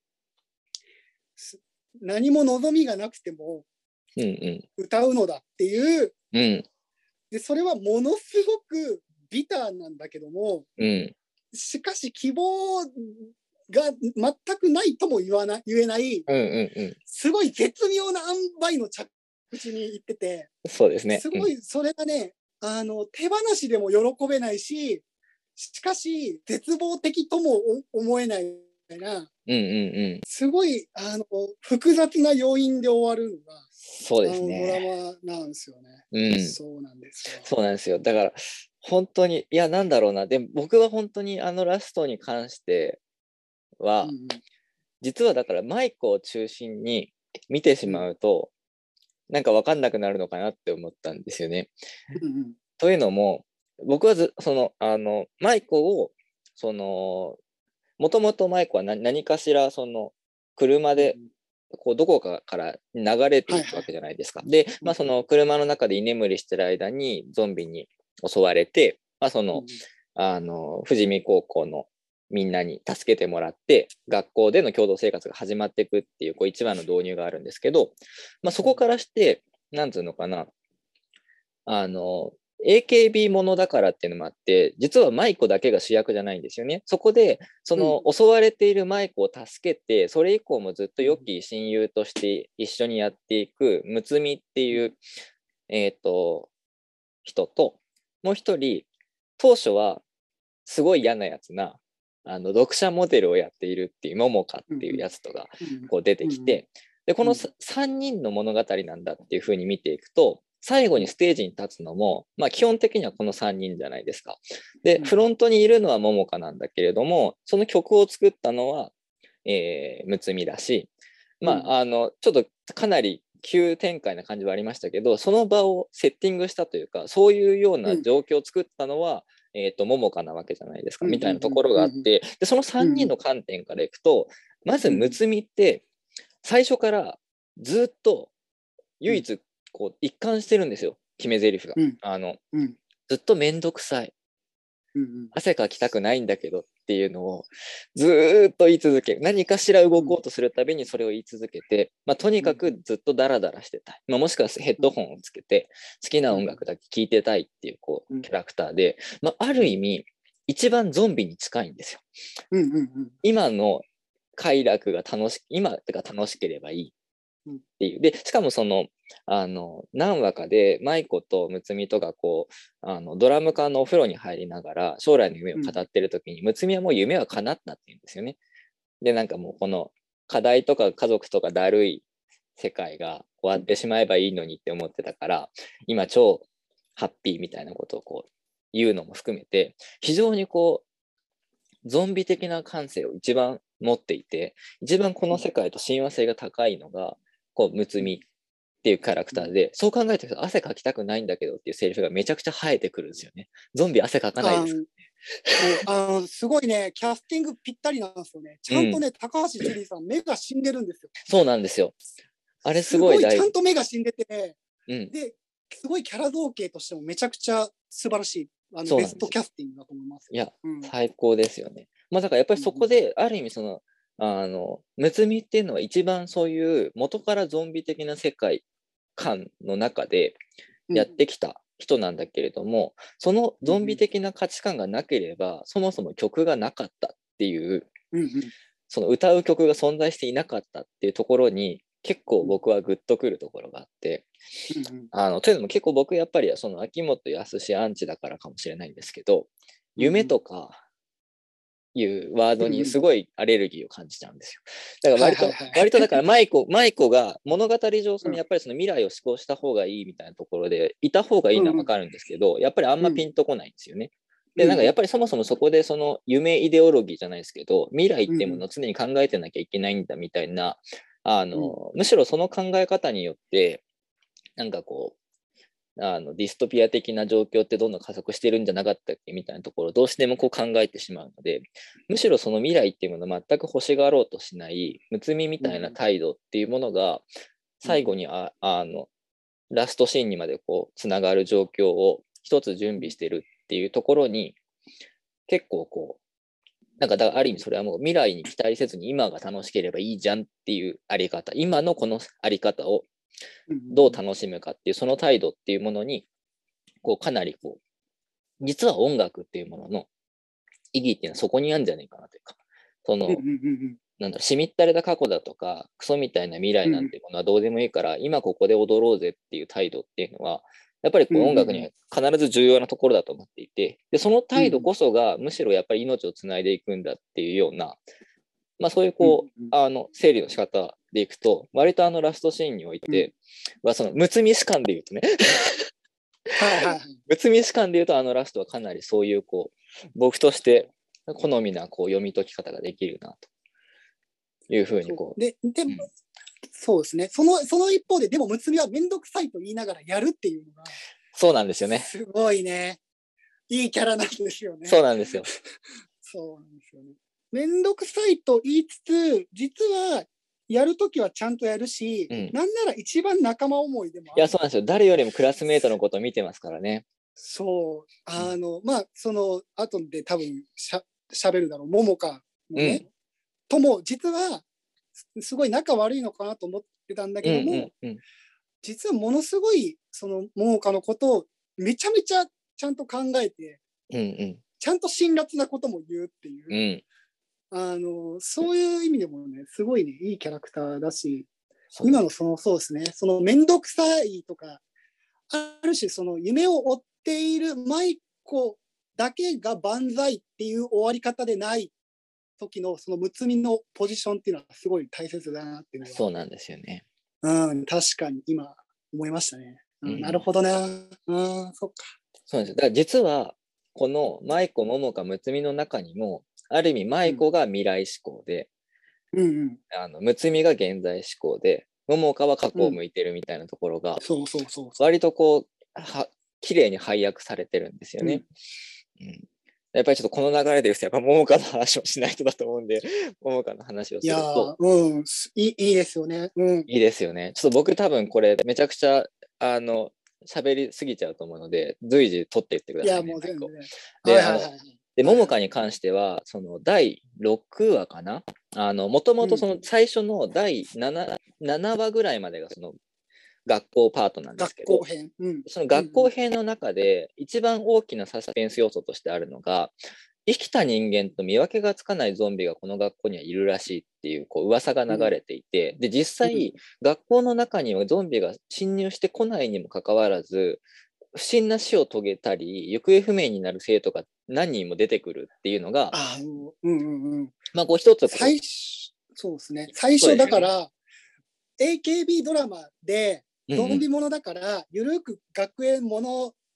何も望みがなくても歌うのだっていう、 うんうん、 でそれはものすごくビターなんだけども、 うん、 しかし希望が全くないとも言わな言えない、 うんうんうん、 すごい絶妙な塩梅の着地にいってて、 そうですね、 すごいそれがね、あの手放しでも喜べないし、しかし絶望的とも思えないみたいな、うんうんうん、すごいあの複雑な要因で終わるのがそうですね、 あのドラマなんですよね。 うん、 そうなんですよ。 そうなんですよ。だから本当に、いやなんだろうな、でも僕は本当にあのラストに関しては、うんうん、実はだからマイクを中心に見てしまうと、うん、なんか分かんなくなるのかなって思ったんですよね。うんうん、というのも僕はずそのあのマイクをそのもともとマイクは何何かしらその車でこうどこかから流れていくわけじゃないですか。はいはい、で、まあ、その車の中で居眠りしてる間にゾンビに襲われて、まあ、その、うん、あの富士見高校のみんなに助けてもらって学校での共同生活が始まっていくっていうこう一番の導入があるんですけど、まあ、そこからしてなんていうのかな、あの エーケービー ものだからっていうのもあって、実は舞子だけが主役じゃないんですよね。そこでその、うん、襲われている舞子を助けて、それ以降もずっと良き親友として一緒にやっていく睦美っていう、えっと人と、もう一人当初はすごい嫌なやつなあの読者モデルをやっているっていう桃香っていうやつとかこう出てきて、でこのさんにんの物語なんだっていうふうに見ていくと、最後にステージに立つのも、まあ、基本的にはこのさんにんじゃないですか。でフロントにいるのは桃香なんだけれども、その曲を作ったのは、えー、睦美だし、まあ、あのちょっとかなり急展開な感じはありましたけど、その場をセッティングしたというか、そういうような状況を作ったのは、うん、えーと、桃香なわけじゃないですか、みたいなところがあって、でそのさんにんの観点からいくと、まず睦美って最初からずっと唯一こう一貫してるんですよ、決め台詞が。あのずっとめんどくさい、汗かきたくないんだけどっていうのをずっと言い続ける。何かしら動こうとするたびにそれを言い続けて、まあ、とにかくずっとダラダラしてたい、まあ、もしくはヘッドホンをつけて好きな音楽だけ聴いてたいっていうこうキャラクターで、まあ、ある意味一番ゾンビに近いんですよ。今の快楽が楽し今が楽しければいいっていう。でしかもそのあの何話かで舞子と睦美とがこうあのドラム缶のお風呂に入りながら将来の夢を語ってる時に、睦美はもう夢は叶ったって言うんですよね。でなんかもうこの課題とか家族とかだるい世界が終わってしまえばいいのにって思ってたから今超ハッピーみたいなことをこう言うのも含めて非常にこうゾンビ的な感性を一番持っていて、一番この世界と親和性が高いのが、こう、むつみっていうキャラクターで、そう考えてると汗かきたくないんだけどっていうセリフがめちゃくちゃ生えてくるんですよね。ゾンビ汗かかないですか？ もうあのすごいね、キャスティングぴったりなんですよね。ちゃんとね、うん、高橋樹里さん、目が死んでるんですよ。 そうなんですよ。あれすごい大すごいちゃんと目が死んでて、 うん、 で、すごいキャラ造形としてもめちゃくちゃ素晴らしい、あのベストキャスティングだと思います。 いや、うん、最高ですよね。まあだからやっぱりそこで、ある意味その、あの、むつみっていうのは一番そういう元からゾンビ的な世界観の中でやってきた人なんだけれども、うん、そのゾンビ的な価値観がなければ、そもそも曲がなかったっていう、 うんうん、 その歌う曲が存在していなかったっていうところに、結構僕はグッとくるところがあって、うんうん、あのというのも結構僕やっぱりその秋元康アンチだからかもしれないんですけど、夢とかいうワードにすごいアレルギーを感じちゃうんですよ。だから割と、割とだから舞子、舞子が物語上そのやっぱりその未来を思考した方がいいみたいなところでいた方がいいのはわかるんですけど、やっぱりあんまピンとこないんですよね。で、なんかやっぱりそもそもそこでその夢イデオロギーじゃないですけど、未来っていうものを常に考えてなきゃいけないんだみたいな、あの、むしろその考え方によって、なんかこう、あのディストピア的な状況ってどんどん加速してるんじゃなかったっけみたいなところをどうしてもこう考えてしまうので、むしろその未来っていうものを全く欲しがろうとしないむつみみたいな態度っていうものが最後にああのラストシーンにまでこうつながる状況を一つ準備してるっていうところに結構こうなんかだからある意味それはもう未来に期待せずに今が楽しければいいじゃんっていうあり方、今のこのあり方をどう楽しむかっていうその態度っていうものにこうかなりこう実は音楽っていうものの意義っていうのはそこにあるんじゃないかなというか、その、なんだろう、しみったれた過去だとかクソみたいな未来なんていうものはどうでもいいから、今ここで踊ろうぜっていう態度っていうのはやっぱりこう音楽には必ず重要なところだと思っていて、でその態度こそがむしろやっぱり命をつないでいくんだっていうような、まあ、そういうこう、あの整理の仕方でいくと、割とあのラストシーンにおいては、そのむつみ士官で言うとねはいはい、 むつみ士官で言うとあのラストはかなりそういうこう僕として好みなこう読み解き方ができるなというふうにこう。 でで、うん、そうですね。そのその一方ででもむつみはめんどくさいと言いながらやるっていうのがそうなんですよね。 すごいね。いいキャラなんですよね。 そうなんですよ。 そうなんですよね。めんどくさいと言いつつ、実はやるときはちゃんとやるし、うん、なんなら一番仲間思いでもある。 いや、そうなんですよ。誰よりもクラスメートのことを見てますからね。 そう。あの、うん、まあ、その後で多分しゃ、しゃべるだろう、桃香もね、うん、とも、実は、すごい仲悪いのかなと思ってたんだけども、うんうんうん、実はものすごい、その桃香のことをめちゃめちゃちゃんと考えて、 うんうん、 ちゃんと辛辣なことも言うっていう、うん、あのそういう意味でもね、すごいね、いいキャラクターだし、今のその、そうですね、そのめんどくさいとか、ある種その夢を追っている舞子だけが万歳っていう終わり方でない時のそのむつみのポジションっていうのはすごい大切だなっていうのは。 そうなんですよね。 うん、確かに今思いましたね。うんうん、なるほどね。うん、そっか。 そうなんですよ。だから実はこの舞子、桃香、むつみの中にもある意味舞子が未来志向で、 うんうん、 あのむつみが現在志向で、桃香は過去を向いてるみたいなところが、 そうそうそう、 割とこうは綺麗に配役されてるんですよね。うんうん、やっぱりちょっとこの流れで言うと、やっぱ桃香の話をしないとだと思うんで、桃香の話をすると。 いや、うん、いい、いいですよね。うん。 いいですよね。ちょっと僕多分これめちゃくちゃ、あの、喋りすぎちゃうと思うので、随時取っていってくださいね。 いや、もう全然。 で、あの、で、桃香に関しては、そのだいろくわかな、あの、もともとその最初のだいなな、ななわぐらいまでがその学校パートなんですけど、 学校編、うん、 その学校編の中で一番大きなサスペンス要素としてあるのが、生きた人間と見分けがつかないゾンビがこの学校にはいるらしいっていう、こう噂が流れていて、うん、で実際、うん、学校の中にはゾンビが侵入してこないにもかかわらず、不審な死を遂げたり行方不明になる生徒が何人も出てくるっていうのが、 あ、うんうんうん、 まあこう一つ最初、そうですね、最初だから、ね、エーケービー ドラマでゾンビものだから、うんうん、ゆるく学園もの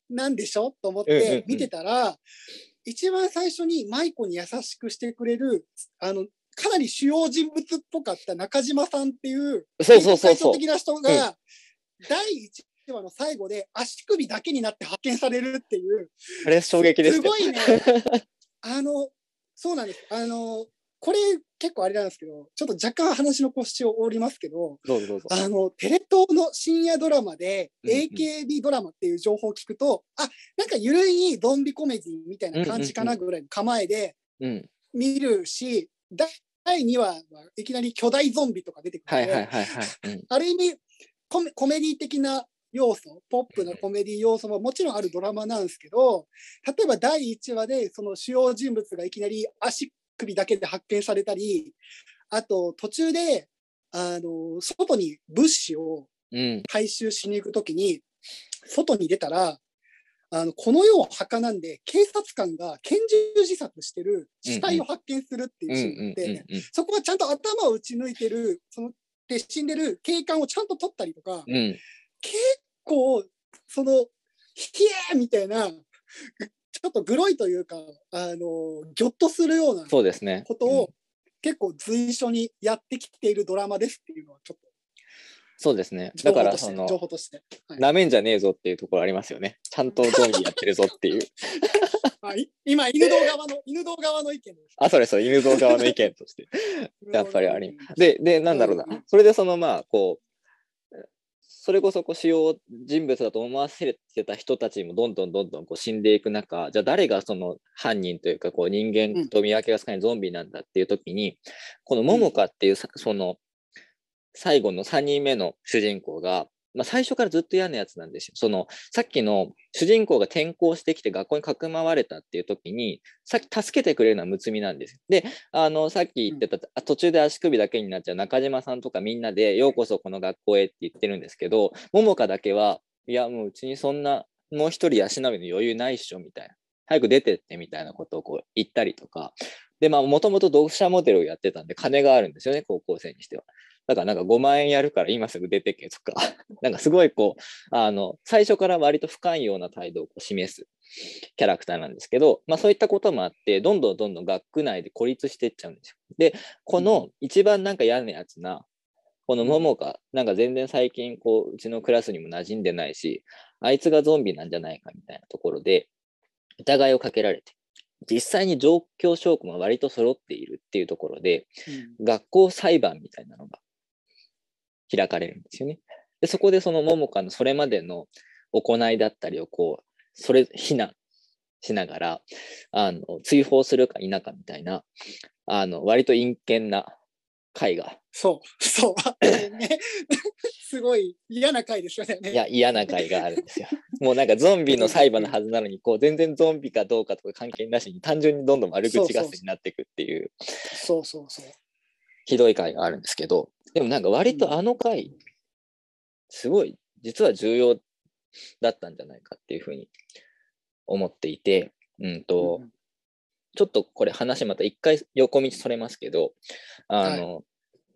なんでしょと思っうんうんうんて見てたら、一番最初に舞子に優しくしてくれる、あの、かなり主要人物っぽかった中島さんっていう、 そうそうそうそう会長的な人が、だいいちわの最後で足首だけになって発見されるっていう、 あれ衝撃でしたよ。 すごいね、あの、そうなんです。あの、これ結構あれなんですけど、ちょっと若干話の腰を折りますけど、 どうぞどうぞ。 あの、テレ東の深夜ドラマで、 うんうんエーケービー ドラマっていう情報を聞くと、あ、なんかゆるいゾンビコメディみたいな感じかなぐらいの構えでうん。 見るし、だいにわはいきなり巨大ゾンビとか出てくるはいので、 はいはいはい。うんある意味コメ、コメディ的な要素、ポップなコメディ要素ももちろんあるドラマなんですけど、例えばだいいちわでその主要人物がいきなり足首だけで発見されたり、あと途中で、あの、外に物資をうん。 回収しに行くときに、外に出たら、あの、この世を儚んで警察官が拳銃自殺してる死体を発見するっていうシーンがあって、そこはちゃんと頭を打ち抜いてる、その、で死んでる警官をちゃんと取ったりとか、 うん。 結構、その、ひえーみたいな、ちょっとグロいというか、あの、ぎょっとするようなそうですね。 ことを結構随所にやってきているドラマですっていうのはちょっとそうですね。だからその、 情報として。 なめんじゃねえぞっていうところありますよね。ちゃんとゾンビやってるぞっていう。 あい今、犬堂側の、犬堂側の意見です。 あ、それそれ、犬堂側の意見として。やっぱりあり。で、で、なんだろうな。うんうん、それでそのまあ、こう、それこそこう主要人物だと思わせてた人たちもどんどんどんどんこう死んでいく中、じゃあ誰がその犯人というかこう人間と見分けがつかないゾンビなんだっていう時に、うん、この桃香っていうその最後のさんにんめの主人公が、まあ、最初からずっと嫌なやつなんですよ。そのさっきの主人公が転校してきて学校にかくまわれたっていう時にさっき助けてくれるのは睦美なんですよ。で、あのさっき言ってた、うん、途中で足首だけになっちゃう中島さんとかみんなでようこそこの学校へって言ってるんですけど、桃香だけはいやもううちにそんなもう一人養うの余裕ないっしょみたいな、早く出てってみたいなことをこう言ったりとかで、まあもともと読者モデルをやってたんで金があるんですよね、高校生にしては。だからなんかごまんえんやるから今すぐ出てけとか、なんかすごいこう、あの、最初から割と不寛容な態度をこう示すキャラクターなんですけど、まあそういったこともあって、どんどんどんどん学区内で孤立していっちゃうんですよ。で、この一番なんか嫌なやつな、この桃香、なんか全然最近こう、うちのクラスにも馴染んでないし、あいつがゾンビなんじゃないかみたいなところで、疑いをかけられて、実際に状況証拠も割と揃っているっていうところで、うん、学校裁判みたいなのが開かれるんですよね。で、そこでその桃香のそれまでの行いだったりをこう、それ、非難しながら、あの、追放するか否かみたいな、あの、割と陰険な回が。 そう、そう、ね、すごい嫌な回ですよね。 いや、嫌な回があるんですよ。もうなんかゾンビの裁判のはずなのに、こう、全然ゾンビかどうかとか関係なしに、単純にどんどん悪口合戦になっていくっていう、 そうそうそう。 ひどい回があるんですけど、でもなんか割とあの回、すごい実は重要だったんじゃないかっていうふうに思っていて、うんと、うん、ちょっとこれ話また一回横道それますけど、あの、はい、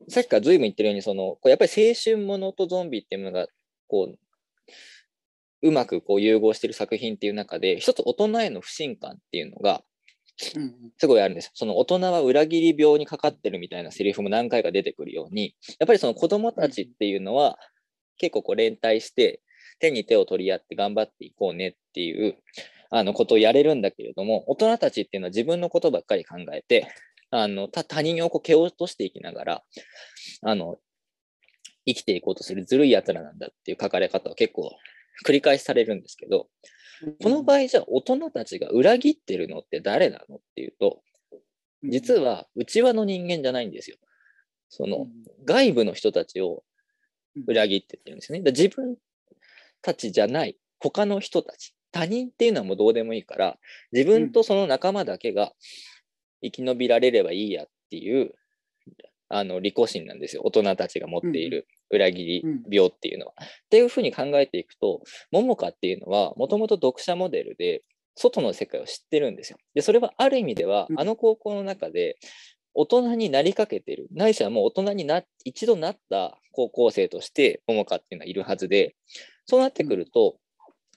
さっきから随分言ってるように、その、こうやっぱり青春ものとゾンビっていうのが、こう、うまくこう融合している作品っていう中で、一つ大人への不信感っていうのが、すごいあるんです。その大人は裏切り病にかかってるみたいなセリフも何回か出てくるように、やっぱりその子供たちっていうのは結構こう連帯して手に手を取り合って頑張っていこうねっていうあのことをやれるんだけれども、大人たちっていうのは自分のことばっかり考えて、あの他他人をこう蹴落としていきながらあの生きていこうとするずるいやつらなんだっていう書かれ方は結構繰り返しされるんですけど、この場合じゃあ大人たちが裏切ってるのって誰なのっていうと、実は内輪の人間じゃないんですよ。その外部の人たちを裏切ってってるんですよね。だ自分たちじゃない他の人たち、他人っていうのはもうどうでもいいから、自分とその仲間だけが生き延びられればいいやっていうあの利己心なんですよ。大人たちが持っている裏切り病っていうのは。うんうん、っていうふうに考えていくと、桃香っていうのはもともと読者モデルで外の世界を知ってるんですよ。で、それはある意味では、あの高校の中で大人になりかけてる、ないしはもう大人にな一度なった高校生として桃香っていうのはいるはずで、そうなってくると、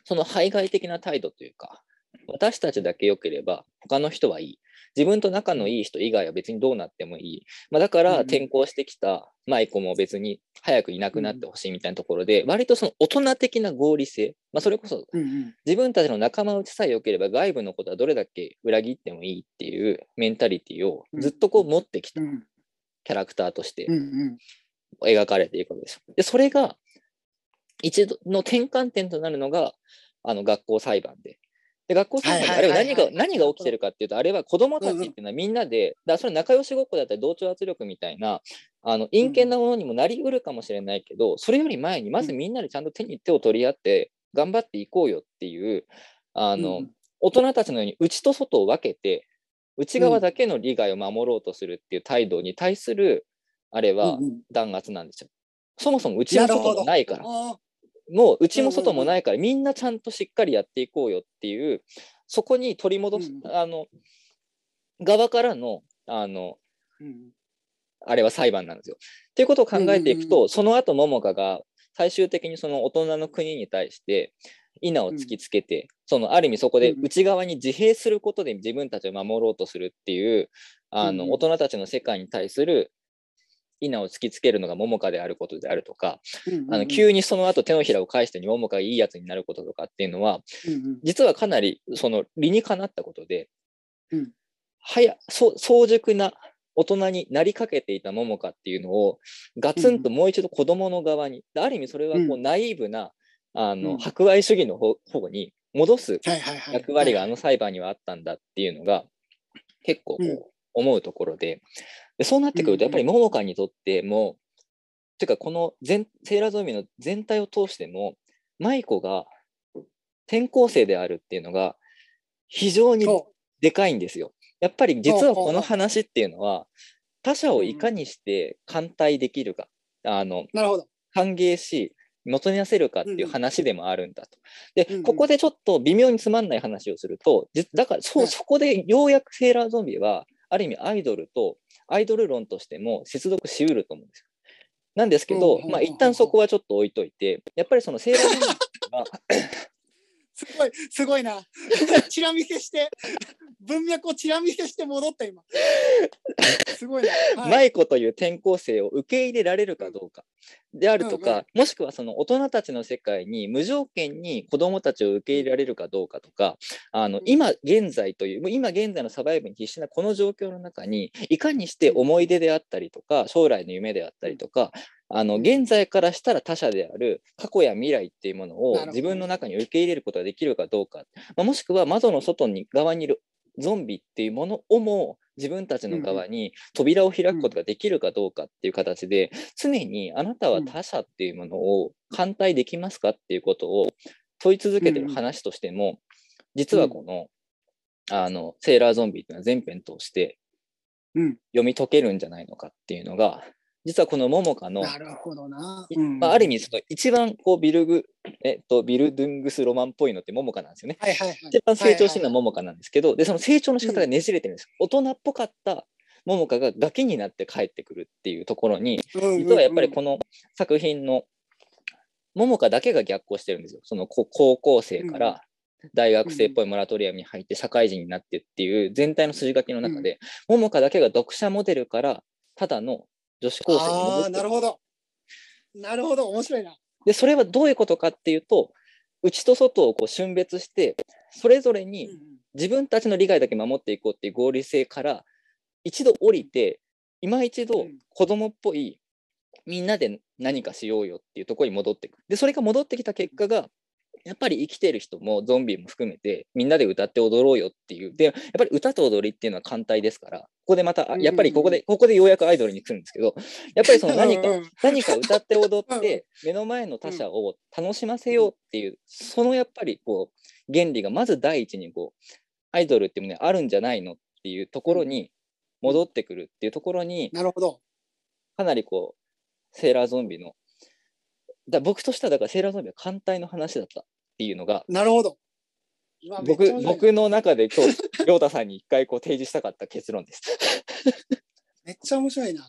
その排外的な態度というか、私たちだけ良ければ他の人はいい。自分と仲のいい人以外は別にどうなってもいい。まあ、だから転校してきた舞子も別に早くいなくなってほしいみたいなところで、割とその大人的な合理性、まあ、それこそ自分たちの仲間内さえ良ければ外部のことはどれだけ裏切ってもいいっていうメンタリティをずっとこう持ってきたキャラクターとして描かれていくわけですよ。で、それが一度の転換点となるのがあの学校裁判で。で、学校裁判であれは何が、何が起きてるかっていうと、あれは子供たちっていうのはみんなで、だからそれ仲良しごっこだったり同調圧力みたいな、あの陰険なものにもなりうるかもしれないけど、それより前にまずみんなでちゃんと手に手を取り合って頑張っていこうよっていう、あの、大人たちのように内と外を分けて、内側だけの利害を守ろうとするっていう態度に対する、あれは弾圧なんですよ。そもそも内も外もないから。もう内も外もないから、みんなちゃんとしっかりやっていこうよっていう、そこに取り戻す、うん、あの側からのあの、うん、あれは裁判なんですよ。っていうことを考えていくと、うんうんうん、その後桃花が最終的にその大人の国に対して稲を突きつけて、うん、そのある意味そこで内側に自閉することで自分たちを守ろうとするっていうあの、うんうん、大人たちの世界に対する稲を突きつけるのが桃花であることであるとか、うんうんうん、あの急にその後手のひらを返してに桃花がいいやつになることとかっていうのは、うんうん、実はかなりその理にかなったことで、うん、早そ早熟な大人になりかけていた桃花っていうのをガツンともう一度子供の側に、うん、ある意味それはこうナイーブなあの、うん、博愛主義の方に戻す役割があの裁判にはあったんだっていうのが結構こう思うところで、でそうなってくるとやっぱり桃花にとっても、てかこの全セーラーゾンビの全体を通しても舞子が転校生であるっていうのが非常にでかいんですよ。やっぱり実はこの話っていうのは他者をいかにして歓待できるか、あの歓迎しもとにせるかっていう話でもあるんだと。で、ここでちょっと微妙につまんない話をすると、だからそ、そこでようやくセーラーゾンビはある意味アイドルとアイドル論としても接続しうると思うんですよ。なんですけど、まあ一旦そこはちょっと置いといて、やっぱりそのセーラーゾンビがすごい、すごいな。チラ見せして、文脈をチラ見せして戻った今。すごいな。 はい、舞子という転校生を受け入れられるかどうかであるとか、うんうん、もしくはその大人たちの世界に無条件に子どもたちを受け入れられるかどうかとか、あの、うん、今現在という、今現在のサバイブに必死なこの状況の中に、いかにして思い出であったりとか、将来の夢であったりとか、あの現在からしたら他者である過去や未来っていうものを自分の中に受け入れることができるかどうか、まあ、もしくは窓の外に側にいるゾンビっていうものをも自分たちの側に扉を開くことができるかどうかっていう形で、常にあなたは他者っていうものを歓待できますかっていうことを問い続けてる話としても、実はこの、あのセーラーゾンビっていうのは全編通して読み解けるんじゃないのかっていうのが、実はこの桃花の、 なるほどな、 うんまあ、ある意味ちょっと一番こうビルグ、えっと、ビルドゥングスロマンっぽいのって桃花なんですよね。 はいはいはい、 一番成長してるのは桃花なんですけど、はいはいはい、でその成長の仕方がねじれてるんです、うん、大人っぽかった桃花がガキになって帰ってくるっていうところに、うんうんうん、実はやっぱりこの作品の桃花だけが逆行してるんですよ。その高校生から大学生っぽいモラトリアムに入って社会人になってっていう全体の筋書きの中で、うん、桃花だけが読者モデルからただの女子高生に戻って、 あ、なるほど。なるほど、面白いな。 で、それはどういうことかっていうと、内と外をこう峻別して、それぞれに自分たちの利害だけ守っていこうっていう合理性から一度降りて、今一度子供っぽいみんなで何かしようよっていうところに戻っていく。で、それが戻ってきた結果が、やっぱり生きてる人もゾンビも含めてみんなで歌って踊ろうよっていう。で、やっぱり歌と踊りっていうのは艦隊ですから、ここでまた、やっぱりここで、ここでようやくアイドルに来るんですけど、やっぱりその何か、何か歌って踊って、目の前の他者を楽しませようっていう、そのやっぱりこう、原理がまず第一にこう、アイドルっていうものにあるんじゃないのっていうところに戻ってくるっていうところに、 なるほど。 かなりこう、セーラーゾンビの、だ僕としてはだからセーラーゾンビは艦隊の話だったっていうのが、 なるほど。 僕, 僕の中で今日亮太さんに一回こう提示したかった結論です。 めっちゃ面白いな。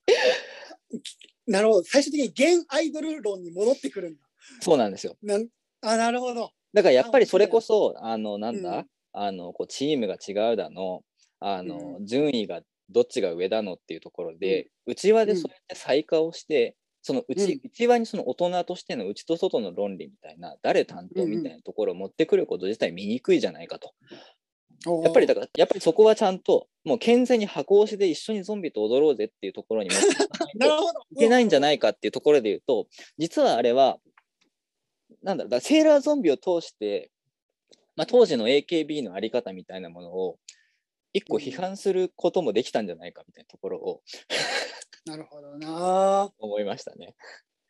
なるほど。最終的に現アイドル論に戻ってくるんだ。 そうなんですよ。 なんあ、なるほど。 だからやっぱりそれこそ、あの、なんだ、 うんあの、こう、チームが違うだの、あの、 うん順位がどっちが上だのっていうところうんで、内輪うんでそうやって細化をして、その内、 うん内輪にその大人としての内と外の論理みたいな、誰担当みたいなところを持ってくること自体見にくいじゃないかと。やっぱりだから、やっぱりそこはちゃんと、もう健全に箱押しで一緒にゾンビと踊ろうぜっていうところに持っていかないとなるほど。 いけないんじゃないかっていうところで言うと、実はあれは、なんだろう、だセーラーゾンビを通して、まあ、当時の エーケービー のあり方みたいなものを一個批判することもできたんじゃないかみたいなところをなるほどな。 思いましたね。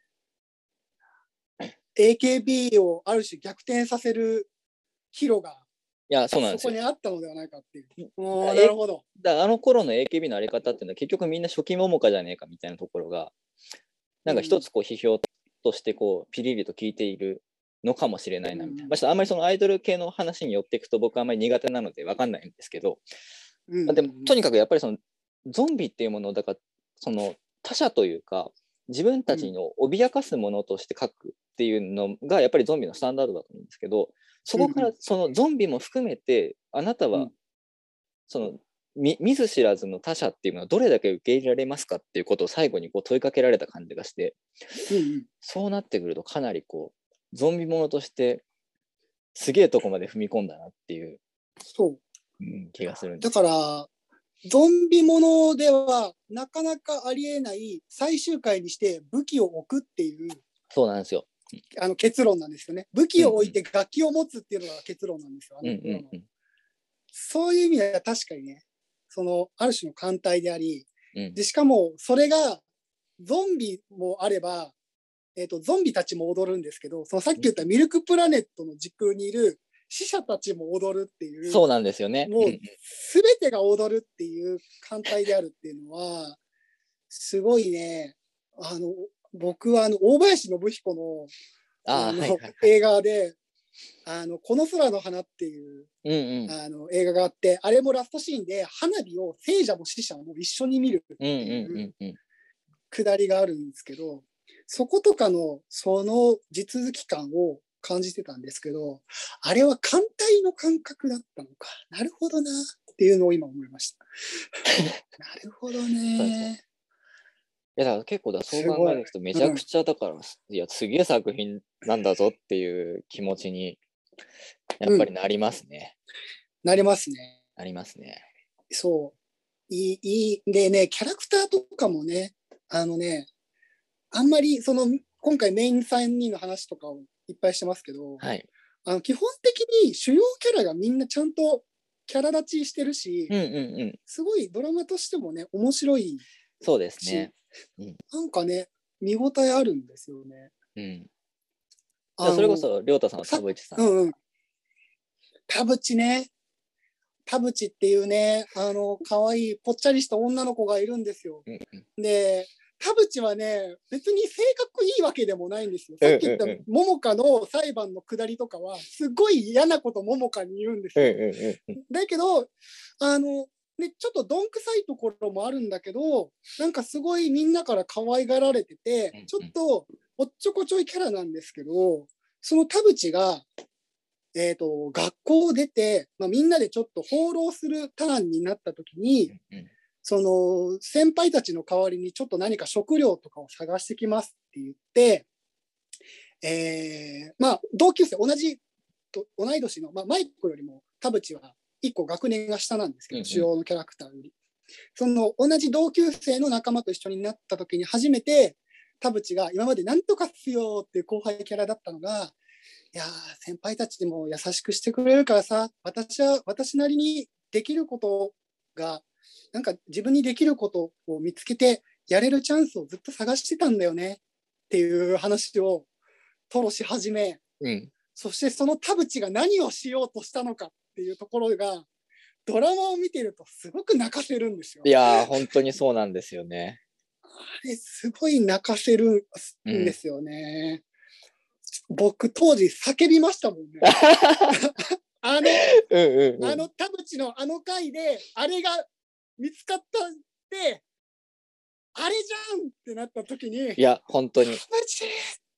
エーケービー をある種逆転させるヒロがいや、そうなんですよ。 そこにあったのではないかっていう。おだーなるほど。 だからあの頃の エーケービー のあり方っていうのは結局みんな初期桃花じゃねえかみたいなところが、なんか一つこう批評としてこうピリリと効いているのかもしれないなみたいな。まあ、ちょっとあんまりそのアイドル系の話に寄っていくと僕はあんまり苦手なので分かんないんですけど、 うんまあでもとにかくやっぱりそのゾンビっていうものをだからその他者というか自分たちを脅かすものとして書くっていうのがやっぱりゾンビのスタンダードだと思うんですけど、そこからそのゾンビも含めてあなたはその見見ず知らずの他者っていうのはどれだけ受け入れられますかっていうことを最後にこう問いかけられた感じがして、 うんうん、 そうなってくるとかなりこうゾンビものとしてすげえとこまで踏み込んだなっていう、 そう、 うん、気がするんです。 だからゾンビものではなかなかありえない最終回にして武器を置くっていうそうなんですよ。 あの結論なんですよね。武器を置いて楽器を持つっていうのが結論なんですよ。あのうんうんうん、 そういう意味では確かにね、そのある種の艦隊であり、 うん、 でしかもそれがゾンビもあれば、えーと、ゾンビたちも踊るんですけど、そのさっき言ったミルクプラネットの時空にいる死者たちも踊るっていう、 そうなんですよね。 もう全てが踊るっていう艦隊であるっていうのは、すごいね、あの僕はあの大林信彦のあの、はいはいはい、映画で、あのこの空の花っていう、うんうん、あの映画があって、あれもラストシーンで花火を聖者も死者も一緒に見るっていうくだりがあるんですけど、そことかのその地続き感を感じてたんですけど、あれは艦隊の感覚だったのか、なるほどなっていうのを今思いました。なるほどね。 いやだから結構だそう考えるとめちゃくちゃだから、うん、いやすげえ作品なんだぞっていう気持ちにやっぱりなりますね。 うん、なりますね。 なりますね。 そういいいいでね、キャラクターとかもね、あのね、あんまりその今回メインさんにんの話とかをいっぱいしてますけど、 はい、 あの基本的に主要キャラがみんなちゃんとキャラ立ちしてるし、 うんうんうん、すごいドラマとしてもね面白い。 そうですね。 うん、なんかね見応えあるんですよね。 うん。あそれこそ亮太さんは田淵さん。 うんうん。田淵ね。田淵っていうね、あの可愛いぽっちゃりした女の子がいるんですよ。うんうん、で。田淵はね、別に性格いいわけでもないんですよ。さっき言った桃花の裁判の下りとかは、すごい嫌なこと桃花に言うんですよ。だけど、あの、ね、ちょっとどんくさいところもあるんだけど、なんかすごいみんなから可愛がられてて、ちょっとおっちょこちょいキャラなんですけど、その田淵が、えーと、学校を出て、まあ、みんなでちょっと放浪するターンになった時に、その先輩たちの代わりにちょっと何か食料とかを探してきますって言って、えー、まあ同級生同じと同い年の、まあ、マイクよりも田淵はいっこ学年が下なんですけど、うんうん、主要のキャラクターよりその同じ同級生の仲間と一緒になった時に初めて田淵が今までなんとかっすよっていう後輩キャラだったのが、いや先輩たちにも優しくしてくれるからさ、私は私なりにできることがなんか自分にできることを見つけてやれるチャンスをずっと探してたんだよねっていう話を吐露し始め、うん、そしてその田淵が何をしようとしたのかっていうところがドラマを見てるとすごく泣かせるんですよ。 いやー本当にそうなんですよね。 あれすごい泣かせるんですよね、うん、僕当時叫びましたもんねあの、うんうんうん、あの田淵のあの回であれが見つかったって、あれじゃんってなった時に、 いや、本当に。 田淵っ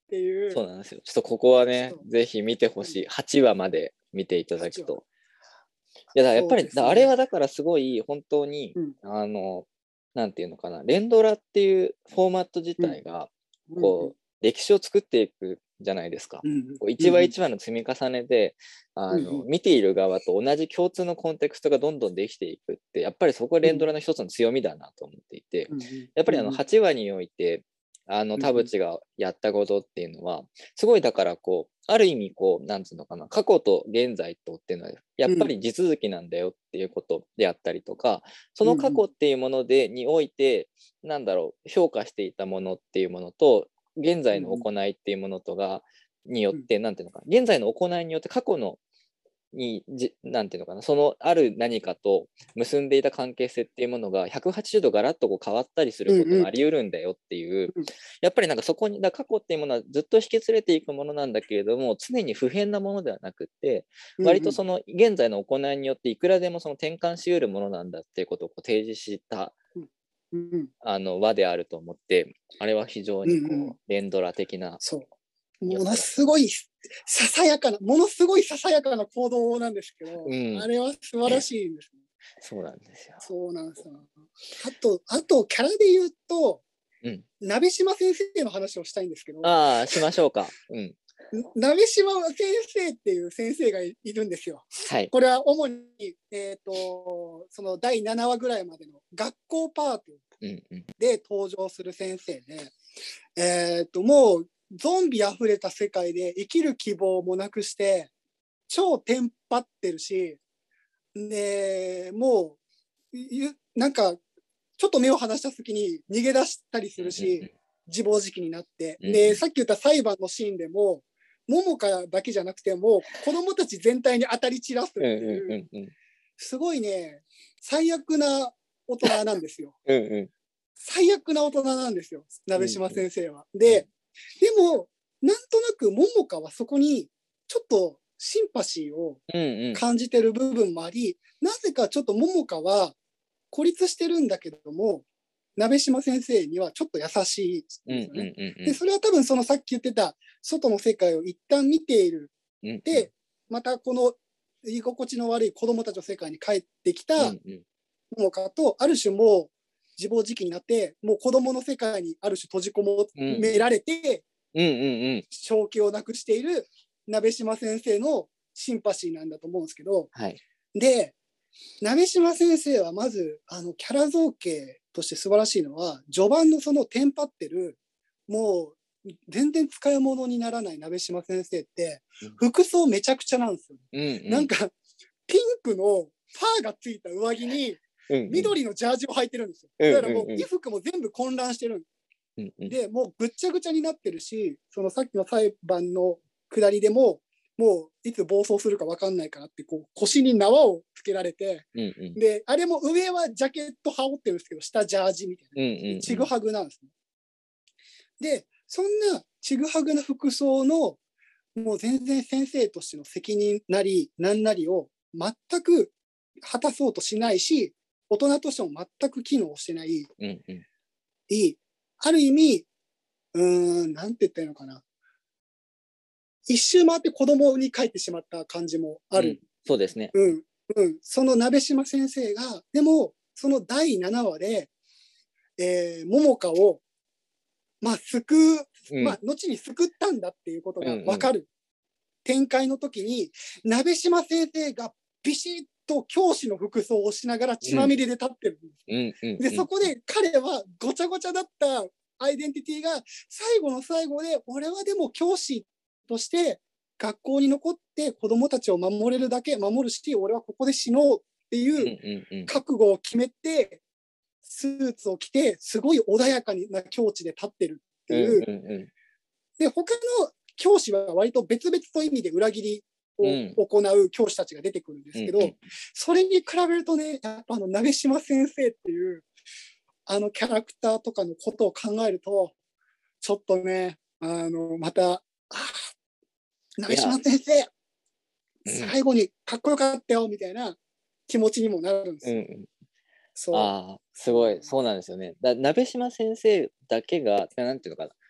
っていう。 そうなんですよ。ちょっとここはね、ぜひ見てほしい。はちわまで見ていただくと。いやだからやっぱり、ね、あれはだからすごい本当に、うん、あの、なんていうのかな、連ドラっていうフォーマット自体が、こう、うん、歴史を作っていくじゃないですか。うん、こう一話一話の積み重ねで、あの、うん、見ている側と同じ共通のコンテクストがどんどんできていくって、やっぱりそこが連ドラの一つの強みだなと思っていて、うん、やっぱりあのはちわにおいて、あの田淵がやったことっていうのはすごいだからこうある意味こうなんつうのかな過去と現在とっていうのはやっぱり地続きなんだよっていうことであったりとか、その過去っていうものでにおいてなんだろう評価していたものっていうものと現在の行いっていうものとがによってなんていうのか現在の行いによって過去のにじなんていうのかなそのある何かと結んでいた関係性っていうものがひゃくはちじゅうどガラッとこう変わったりすることがあり得るんだよっていう、うんうん、やっぱりなんかそこにだ過去っていうものはずっと引き連れていくものなんだけれども常に不変なものではなくって割とその現在の行いによっていくらでもその転換し得るものなんだっていうことをこう提示したうんうん、 あの輪であると思ってあれは非常にこう、うんうん、連ドラ的なそうものすごいささやかなものすごいささやかな行動なんですけど、うん、あれは素晴らしいんですね。 そうなんですよ。 そうなんですよ。あとあとキャラで言うと、うん、鍋島先生の話をしたいんですけど。 ああしましょうか。うん。 鍋島先生っていう先生がいるんですよ。はい、これは主に、えーと、そのだいななわぐらいまでの学校パートで登場する先生で、うんうん、えーと、もうゾンビあふれた世界で生きる希望もなくして超テンパってるし、でもうなんかちょっと目を離した時に逃げ出したりするし、うんうん、自暴自棄になって、うんうん、でさっき言った裁判のシーンでも桃香だけじゃなくても子供たち全体に当たり散らすっていう、うんうんうん、すごいね最悪な大人なんですよ。うんうん、最悪な大人なんですよ鍋島先生は。うんうん、で、でもなんとなく桃香はそこにちょっとシンパシーを感じてる部分もあり、うんうん、なぜかちょっと桃香は孤立してるんだけども鍋島先生にはちょっと優しいんですよね。うんうんうんうん、でそれは多分そのさっき言ってた外の世界を一旦見ている、うんうん、でまたこの居心地の悪い子供たちの世界に帰ってきた桃香と、ある種もう自暴自棄になってもう子供の世界にある種閉じ込められて、うんうんうん、正気をなくしている鍋島先生のシンパシーなんだと思うんですけど、はい、で鍋島先生はまずあのキャラ造形として素晴らしいのは序盤のそのテンパってるもう全然使い物にならない鍋島先生って服装めちゃくちゃなんですよ、うんうん、なんかピンクのファーがついた上着に緑のジャージを履いてるんですよ。だからもう衣服も全部混乱してる、うんうん、でもうぐっちゃぐちゃになってるし、そのさっきの裁判の下りでももういつ暴走するか分かんないからってこう腰に縄をつけられて、うんうん、であれも上はジャケット羽織ってるんですけど下ジャージみたいな、うんうんうん、ちぐはぐなんですね。でそんなちぐはぐな服装のもう全然先生としての責任なり何なりを全く果たそうとしないし、大人としても全く機能してない、うんうん、いいある意味うーんなんて言ったらいいのかな、一周回って子供に帰ってしまった感じもある、うん、 そうですね、 うんうん、その鍋島先生がでもそのだいななわで、えー、桃香をまあ救う、うん、まあ後に救ったんだっていうことが分かる展開の時に、うんうん、鍋島先生がビシッと教師の服装をしながら血まみれで立ってるんです、うんうんうんうん、でそこで彼はごちゃごちゃだったアイデンティティが最後の最後で俺はでも教師として学校に残って子どもたちを守れるだけ守るし、俺はここで死のうっていう覚悟を決めてスーツを着てすごい穏やかな境地で立ってるっていう、うんうんうん、で他の教師は割と別々の意味で裏切りを行う教師たちが出てくるんですけど、うんうん、それに比べるとねやっぱあの鍋島先生っていうあのキャラクターとかのことを考えるとちょっとねあのまたあ鍋島先生、うん、最後にかっこよかったよみたいな気持ちにもなるんですよ、うん、 そうあすごいそうなんですよね。だ鍋島先生だけがなんていうのかな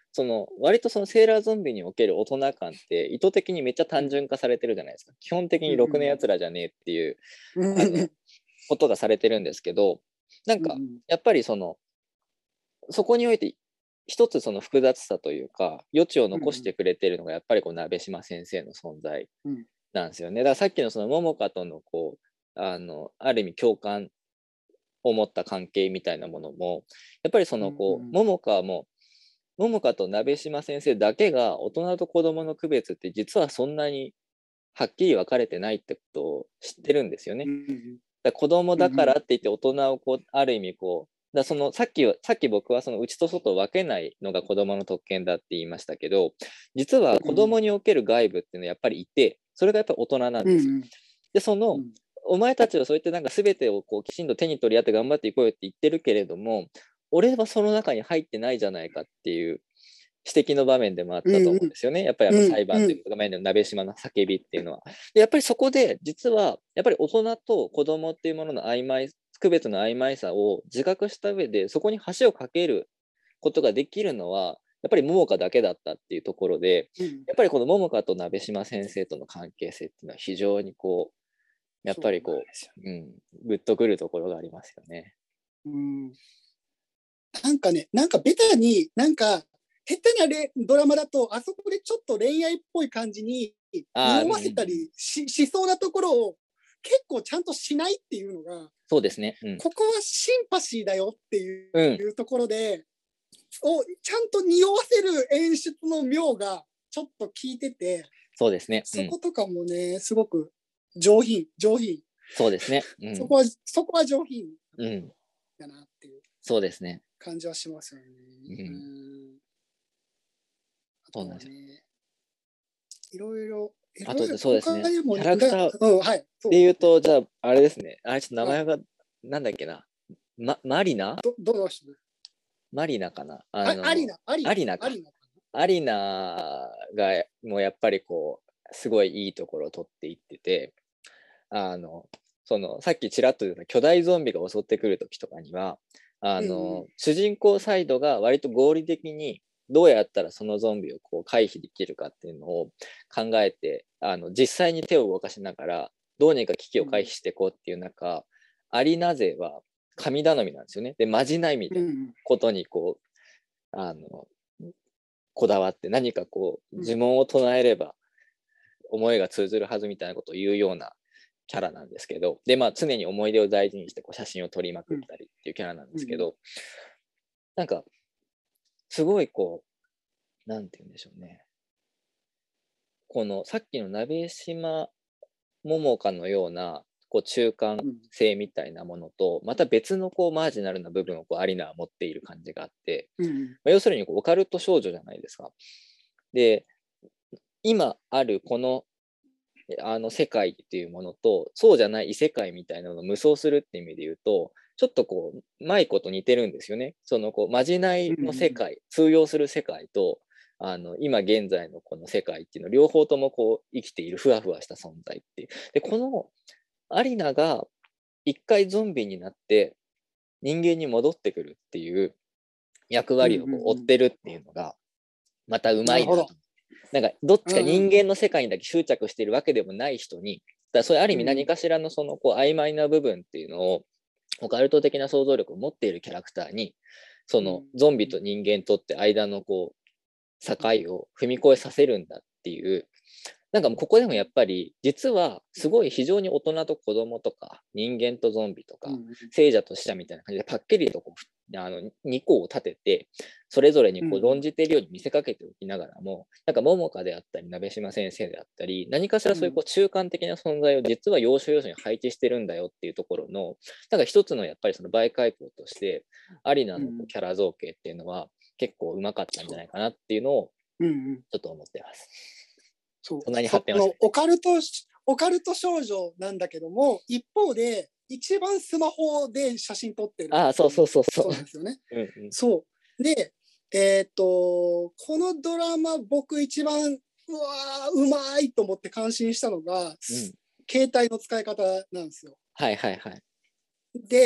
その割とそのセーラーゾンビにおける大人感って意図的にめっちゃ単純化されてるじゃないですか。基本的にろくなやつらじゃねえっていう、 うん、 あのことがされてるんですけど、なんかやっぱりそのそこにおいて一つその複雑さというか余地を残してくれてるのがやっぱりこう鍋島先生の存在なんですよね。だからさっきのその桃香とのこうあのある意味共感を持った関係みたいなものもやっぱりそのこう桃香も桃香と鍋島先生だけが大人と子供の区別って実はそんなにはっきり分かれてないってことを知ってるんですよね。だ子供だからって言って大人をこうある意味こうだそのさっきさっき僕はその内と外を分けないのが子供の特権だって言いましたけど、実は子供における外部っていうのはやっぱりいて、それがやっぱり大人なんですよ。でそのお前たちはそうやってなんか全てをこうきちんと手に取り合って頑張っていこうよって言ってるけれども、俺はその中に入ってないじゃないかっていう指摘の場面でもあったと思うんですよね。やっぱりあの裁判というか、前の鍋島の叫びっていうのは。でやっぱりそこで実はやっぱり大人と子供っていうものの曖昧区別の曖昧さを自覚した上でそこに橋を架けることができるのはやっぱり桃香だけだったっていうところで、やっぱりこの桃香と鍋島先生との関係性っていうのは非常にこうやっぱりこう、うん、グッとくるところがありますよね。 うん、なんかね、なんかベタになんか下手なレドラマだとあそこでちょっと恋愛っぽい感じに匂わせたり し,、うん、しそうなところを結構ちゃんとしないっていうのが、 そうですね、うん、 ここはシンパシーだよっていう、うん、いうところでをちゃんと匂わせる演出の妙がちょっと効いてて、 そうですね、うん、 そことかもねすごく上品上品、 そうですね、うん、 そこはそこは上品だなっていう、 うん、そうですね感じはしますよね。 うん、 うん、あとはね、いろいろあとそうですね、キャラクターうん、はい、 で言うと、じゃああれですね、あれちょっと名前が、はい、なんだっけな、ま、マリナどどうしてマリナかなあのアリナアリナアリナかアリナがもうやっぱりこうすごいいいところを取っていってて、あのそのさっきちらっと言った巨大ゾンビが襲ってくる時とかにはあの、うん、主人公サイドが割と合理的にどうやったらそのゾンビをこう回避できるかっていうのを考えてあの実際に手を動かしながらどうにか危機を回避していこうっていう中、うん、アリナ勢は神頼みなんですよね。でまじないみたいなことにこう、うん、あのこだわって何かこう呪文を唱えれば思いが通ずるはずみたいなことを言うようなキャラなんですけど、でまあ常に思い出を大事にしてこう写真を撮りまくったりっていうキャラなんですけど、うん、なんかすごいこうなんて言うんでしょうね、このさっきの鍋島桃香のようなこう中間性みたいなものと、また別のこうマージナルな部分をこうアリナは持っている感じがあって、 うんまあ、要するにこうオカルト少女じゃないですか。で今あるこのあの世界っていうものとそうじゃない異世界みたいなのを無双するっていう意味で言うとちょっとこう舞子と似てるんですよね。そのこうまじないの世界、うん、通用する世界とあの今現在のこの世界っていうの両方ともこう生きているふわふわした存在っていう。でこのアリナが一回ゾンビになって人間に戻ってくるっていう役割をこう追ってるっていうのがまたうまいなと。なんかどっちか人間の世界にだけ執着しているわけでもない人に、だそれある意味何かしらのそのこう曖昧な部分っていうのをオカルト的な想像力を持っているキャラクターにそのゾンビと人間とって間のこう境を踏み越えさせるんだっていう、なんかもうここでもやっぱり実はすごい非常に大人と子供とか人間とゾンビとか聖者と死者みたいな感じでパッケリとこうあのにこを立ててそれぞれにこう論じているように見せかけておきながらも、なんか桃香であったり鍋島先生であったり何かしらそういうこう中間的な存在を実は要所要所に配置してるんだよっていうところのなんか一つのやっぱりその媒介項としてアリナのキャラ造形っていうのは結構うまかったんじゃないかなっていうのをちょっと思ってます。 そうそんなに発展はしてオカルトオカルト少女なんだけども一方で一番スマホで写真撮ってる。 ああそうそうそうそう。 そうですよね。うんうん、そうでえっ、ー、とこのドラマ僕一番うわうまいと思って感心したのが、うん、携帯の使い方なんですよ。 はいはいはい。 で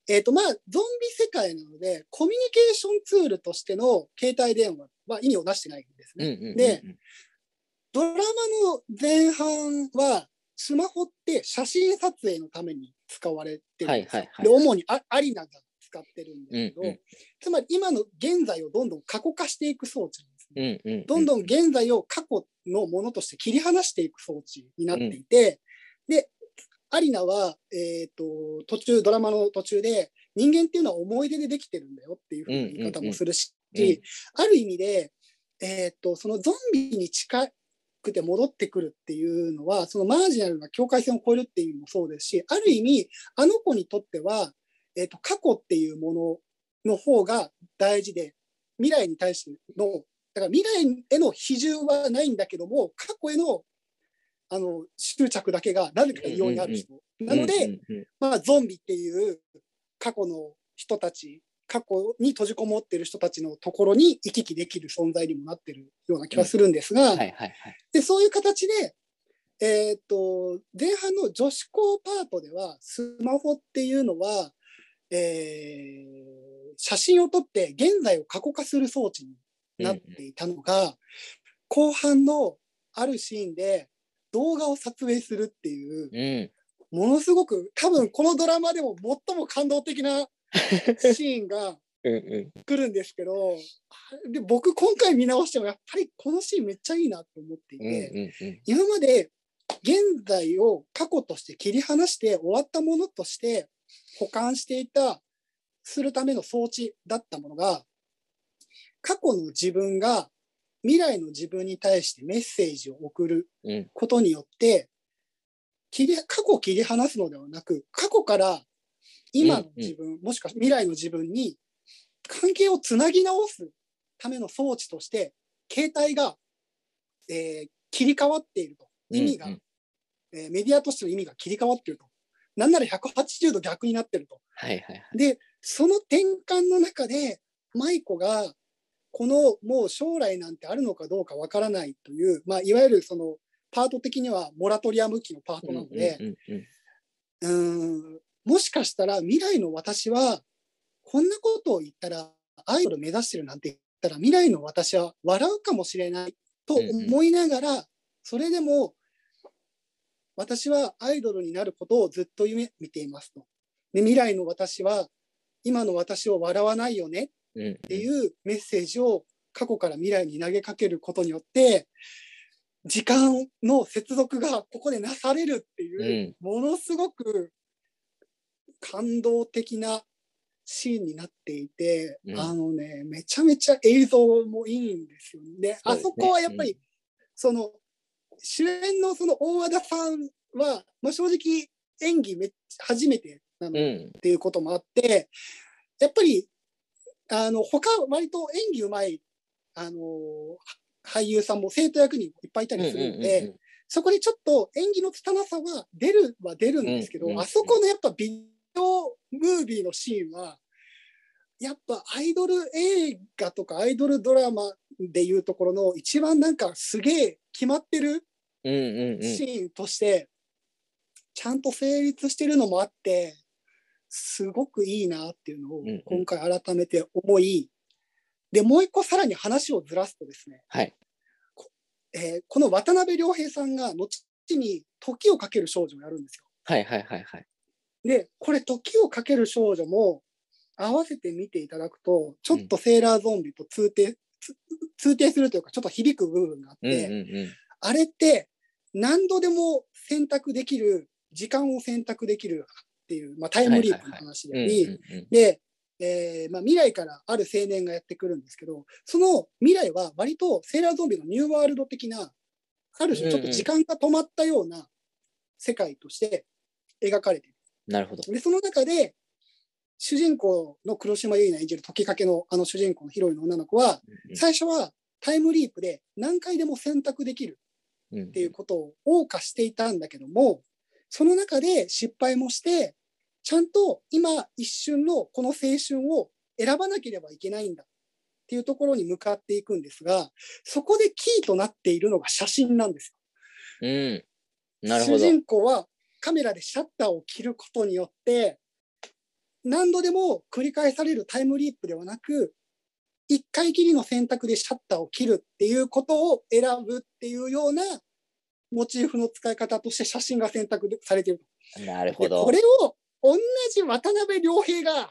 えーとまあ、ゾンビ世界なのでコミュニケーションツールとしての携帯電話は意味をなしてないんですね。 うんうんうんうん、 でドラマの前半はスマホって写真撮影のために使われてるんですよ。で主にアリナが使ってるんですけど、うんうん、つまり今の現在をどんどん過去化していく装置なんですね、うんうんうん、どんどん現在を過去のものとして切り離していく装置になっていて、うん、でアリナは、えーと、途中ドラマの途中で人間っていうのは思い出でできてるんだよっていうふうな言い方もするし、うんうんうん、ある意味で、えーと、そのゾンビに近くて戻ってくるっていうのはそのマージナルな境界線を越えるっていう意味もそうですし、ある意味あの子にとっては、えーと、過去っていうものの方が大事で、未来に対してのだから未来への比重はないんだけども過去へのあの執着だけがなぜか異様にある人、うんうんうん、なので、うんうんうん、まあ、ゾンビっていう過去の人たち、過去に閉じこもっている人たちのところに行き来できる存在にもなっているような気がするんですが、うんはいはいはい、でそういう形で、えー、っと前半の女子校パートではスマホっていうのは、えー、写真を撮って現在を過去化する装置になっていたのが、うんうん、後半のあるシーンで動画を撮影するっていう、うん、ものすごく多分このドラマでも最も感動的なシーンが来るんですけどで僕今回見直してもやっぱりこのシーンめっちゃいいなと思っていて、うんうんうん、今まで現在を過去として切り離して終わったものとして保管していたするための装置だったものが、過去の自分が未来の自分に対してメッセージを送ることによって、うん、切り過去を切り離すのではなく、過去から今の自分、うんうん、もしくは未来の自分に関係をつなぎ直すための装置として携帯が、えー、切り替わっていると、意味が、うんうんえー、メディアとしての意味が切り替わっていると、なんならひゃくはちじゅうど逆になっていると、はいはいはい、でその転換の中で舞子がこのもう将来なんてあるのかどうかわからないという、まあ、いわゆるそのパート的にはモラトリアム期のパートなので、うんうんうん、うーんもしかしたら未来の私はこんなことを言ったらアイドル目指してるなんて言ったら未来の私は笑うかもしれないと思いながら、うんうん、それでも私はアイドルになることをずっと夢見ていますと。で未来の私は今の私を笑わないよねっていうメッセージを過去から未来に投げかけることによって時間の接続がここでなされるっていう、うん、ものすごく感動的なシーンになっていて、うん、あのねめちゃめちゃ映像もいいんですよね。で、あそこはやっぱり、うん、その主演のその大和田さんは、まあ、正直演技め初めてなのっていうこともあって、うん、やっぱりあの他割と演技うまいあの俳優さんも生徒役にいっぱいいたりするので、うんうんうんうん、そこにちょっと演技の拙さは出るは出るんですけど、うんうんうん、あそこのやっぱビデオムービーのシーンはやっぱアイドル映画とかアイドルドラマでいうところの一番なんかすげえ決まってるシーンとしてちゃんと成立してるのもあってすごくいいなっていうのを今回改めて思い、でもう一個さらに話をずらすとですね、はい、こ, えー、この渡辺良平さんが後に時をかける少女をやるんですよ。はいはいはいはい。でこれ時をかける少女も合わせて見ていただくとちょっとセーラーゾンビと通底、うん、通底するというかちょっと響く部分があって、うんうんうん、あれって何度でも選択できる時間を選択できるっていう、まあ、タイムリープの話であり、で、えーまあ、未来からある青年がやってくるんですけど、その未来は割とセーラーゾンビのニューワールド的なある種ちょっと時間が止まったような世界として描かれている。なるほど。でその中で主人公の黒島結菜演じる時かけのあの主人公のヒロインの女の子は、最初はタイムリープで何回でも選択できるっていうことを謳歌していたんだけども、その中で失敗もしてちゃんと今一瞬のこの青春を選ばなければいけないんだっていうところに向かっていくんですが、そこでキーとなっているのが写真なんですよ。うん、なるほど。主人公はカメラでシャッターを切ることによって何度でも繰り返されるタイムリープではなく、一回きりの選択でシャッターを切るっていうことを選ぶっていうようなモチーフの使い方として写真が選択されていると。 なるほど。 これを同じ渡辺良平が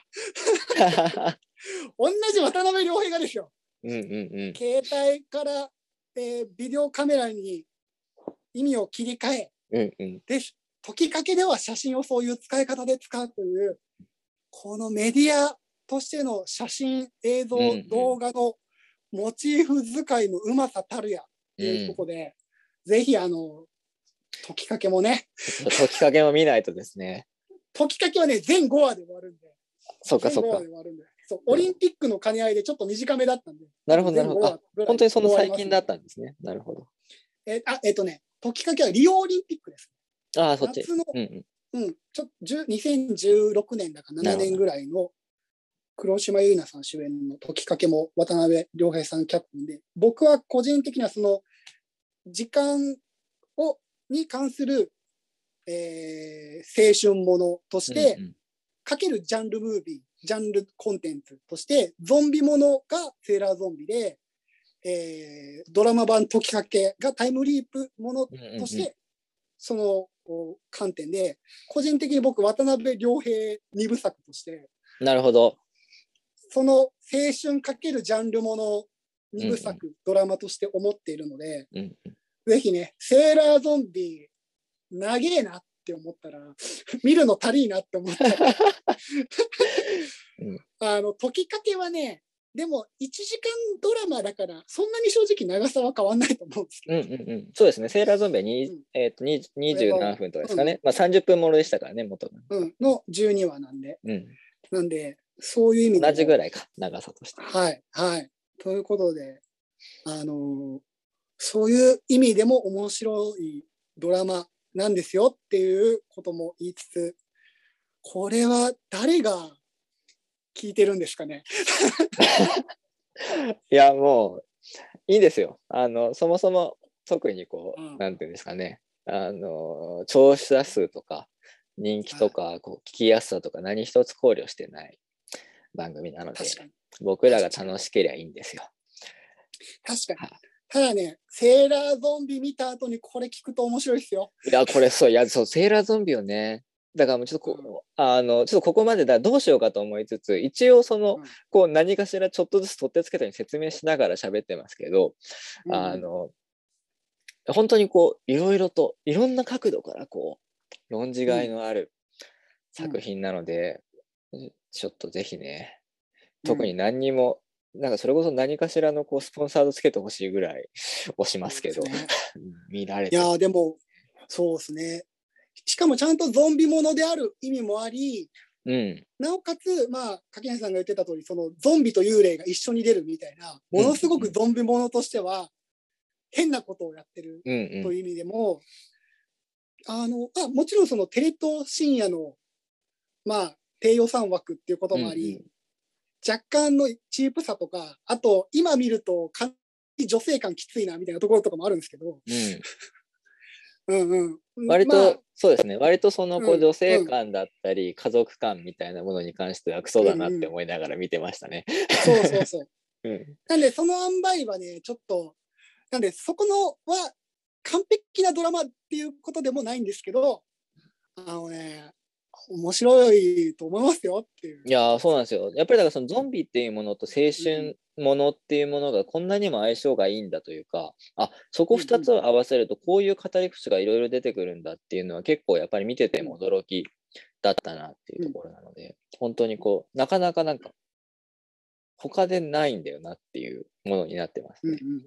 同じ渡辺良平がですよ、 うんうんうん、 携帯から、えー、ビデオカメラに意味を切り替え、 うんうん、 で解きかけでは写真をそういう使い方で使うという、このメディアとしての写真映像、うんうん、動画のモチーフ使いのうまさたるやっていうところで、うん、ぜひあの解きかけもね解きかけも見ないとですね。 解きかけはね全ごわで終わるんで。 そうかそうか。 そうオリンピックの兼ね合いでちょっと短めだったんで。 なるほどなるほど。本当にその最近だったんですね。なるほど。 えあえっとね解きかけはリオオリンピックです。 ああそっち。 夏の、うんうん、ちょにせんじゅうろくねんだかななねんぐらいの黒島結菜さん主演の解きかけも渡辺良平さん脚本で、僕は個人的にはその時間をに関する、えー、青春ものとして、うんうん、かけるジャンルムービー、ジャンルコンテンツとしてゾンビものがセーラーゾンビで、えー、ドラマ版解きかけがタイムリープものとして、うんうんうん、その観点で個人的に僕渡辺良平二部作として、 なるほど、 その青春かけるジャンルもの二部作、うんうん、ドラマとして思っているので、うんうん、ぜひねセーラーゾンビ長えなって思ったら見るの足りいなって思ったら、うん、あの解きかけはねでもいちじかんドラマだからそんなに正直長さは変わんないと思うんですけど、 うんうんうん、そうですね。セーラーゾンビはに、うんえー、とにじゅうななふんとかですかね、うんまあ、さんじゅっぷんものでしたからね元が、 うん、のじゅうにわなんで、うん、なんでそういう意味で同じぐらいか長さとして。 はいはいということであのー、そういう意味でも面白いドラマなんですよっていうことも言いつつ、これは誰が聞いてるんですかねいやもういいですよ。あのそもそも特にこう、うん、なんていうんですかね、あの聴取者数とか人気とかこう聞きやすさとか何一つ考慮してない番組なので、僕らが楽しければいいんですよ。 確かに。ただね、セーラーゾンビ見た後にこれ聞くと面白いですよ。 いやこれそういやそうセーラーゾンビをね。だからもうちょっとこう、うん、あのちょっとここまでだどうしようかと思いつつ一応その、うん、こう何かしらちょっとずつ取ってつけたように説明しながら喋ってますけど、うん、あの本当にこういろいろといろんな角度からこう論じがいのある作品なので、うん、ちょっとぜひね特に何にも、うん、なんかそれこそ何かしらのこうスポンサードつけてほしいぐらい押しますけど、ね、見られていやでもそうですね。しかもちゃんとゾンビものである意味もあり、うん、なおかつ、まあ、柿谷さんが言ってた通り、そのゾンビと幽霊が一緒に出るみたいな、ものすごくゾンビものとしては、変なことをやってるという意味でも、うんうん、あのあもちろんそのテレ東深夜の、まあ、低予算枠っていうこともあり、うんうん、若干のチープさとか、あと、今見ると、かなり女性感きついなみたいなところとかもあるんですけど、うんうんうん、 割と、まあ、そうですね割とそのこう女性感だったり、うん、家族感みたいなものに関してはクソだなって思いながら見てましたね、 うんうん、そうそうそう、うん、なんでその塩梅はねちょっとなんでそこのは完璧なドラマっていうことでもないんですけど、あのね面白いと思いますよっていう。 いやそうなんですよ。やっぱりだからそのゾンビっていうものと青春ものっていうものがこんなにも相性がいいんだというか、あそこふたつを合わせるとこういう語り口がいろいろ出てくるんだっていうのは結構やっぱり見てても驚きだったなっていうところなので、本当にこうなかなかなんか他でないんだよなっていうものになってますね。うんうん、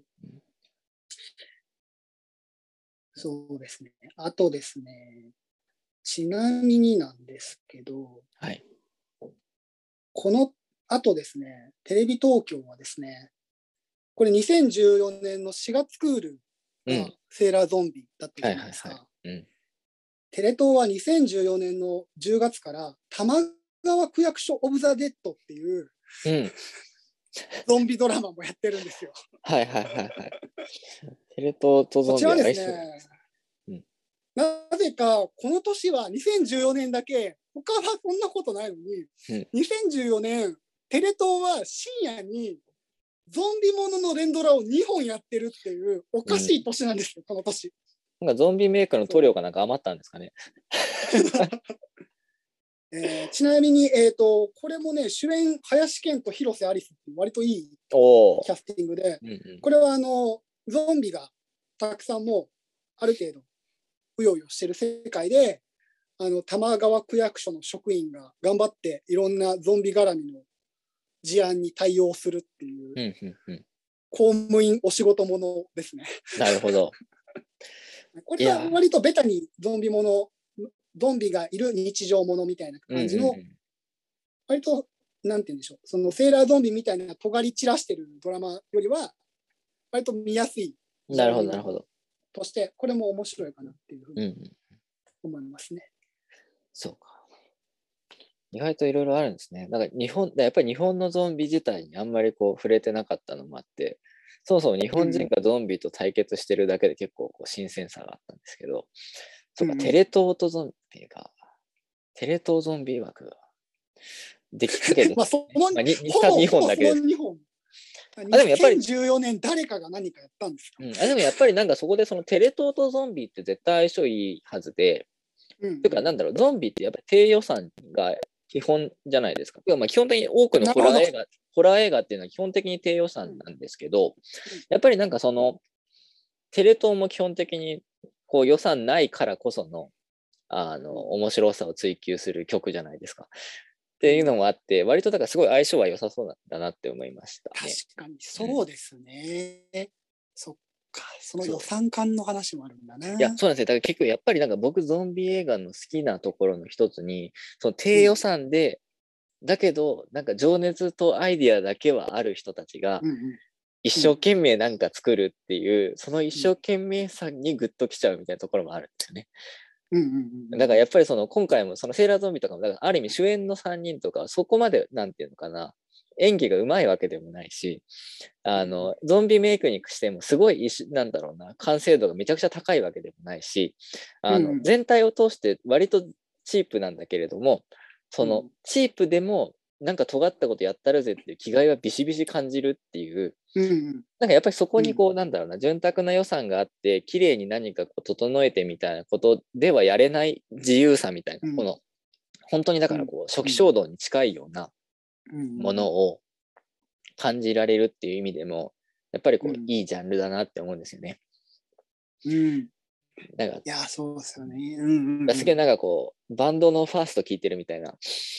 そうですね。あとですね。ちなみになんですけど、はい、この後ですね、テレビ東京はですね、これにせんじゅうよねんのしがつクールがセーラーゾンビだったじゃないですか。テレ東はにせんじゅうよねんのじゅうがつから玉川区役所オブザ・デッドっていう、うん、ゾンビドラマもやってるんですよ。 はいはいはいはい。テレ東とゾンビは相性ですね。なぜかこの年はにせんじゅうよねんだけ他はそんなことないのに、 うん、 にせんじゅうよねん、テレ東は深夜にゾンビものの連ドラをにほんやってるっていうおかしい年なんですよ、うん、この年。 なんかゾンビメイクの塗料がなんか余ったんですかね。 えー、ちなみに、えーと、これもね、主演、林遣都広瀬アリスっていう割といいキャスティングで、うんうん、これはあのゾンビがたくさんもうある程度うようよしてる世界で、あの玉川区役所の職員が頑張っていろんなゾンビ絡みの事案に対応するっていう、うんうんうん、公務員お仕事ものですね。 なるほど。 これは割とベタにゾンビもの、ゾンビがいる日常ものみたいな感じの、うんうんうん、割となんて言うんでしょう、そのセーラーゾンビみたいな尖り散らしてるドラマよりは割と見やすい。 なるほどなるほど。 としてこれも面白いかなっていうふうに思いますね。 うん、そうか。意外といろいろあるんですね。なんか日本、やっぱり日本のゾンビ自体にあんまりこう触れてなかったのもあって、そもそも日本人がゾンビと対決してるだけで結構こう新鮮さがあったんですけど、そうか、テレ東とゾンビが、テレ東ゾンビ枠ができかけて、 まあその、まあ、 にほんだけです。 にほん。あでもやっぱりにせんじゅうよねん誰かが何かやったんですか、 うん、あでもやっぱりなんかそこでそのテレ東とゾンビって絶対相性いいはずで、うんうん、というかなんだろう、ゾンビってやっぱり低予算が基本じゃないですか。まあ基本的に多くのホラー映画、ホラー映画っていうのは基本的に低予算なんですけど、うん、やっぱりなんかそのテレ東も基本的にこう予算ないからこそのあの面白さを追求する曲じゃないですか。っていうのもあって、割とだからすごい相性は良さそうだなって思いましたね。 確かにそうですね。うん、そっか、その予算感の話もあるんだね。 いや、そうなんですよ。だから結局やっぱりなんか僕ゾンビ映画の好きなところの一つに、その低予算で、うん、だけどなんか情熱とアイディアだけはある人たちが、一生懸命なんか作るっていう、うん、その一生懸命さにグッときちゃうみたいなところもあるんですよね。うんうんうん、だからやっぱりその今回もそのセーラーゾンビとかもだからある意味主演のさんにんとかそこまでなんていうのかな演技がうまいわけでもないし、あのゾンビメイクにしてもすごいなんだろうな完成度がめちゃくちゃ高いわけでもないし、あの、うん、全体を通して割とチープなんだけれども、そのチープでもなんか尖ったことやったるぜっていう気概はビシビシ感じるっていう、うん、なんかやっぱりそこにこう、うん、なんだろうな潤沢な予算があって綺麗に何かこう整えてみたいなことではやれない自由さみたいな、うん、この本当にだからこう初期衝動に近いようなものを感じられるっていう意味でもやっぱりこう、うん、いいジャンルだなって思うんですよね。 うん。なんかいやそうですよね。うんうんうん、 すげえなんかこうバンドのファースト聴いてるみたいな。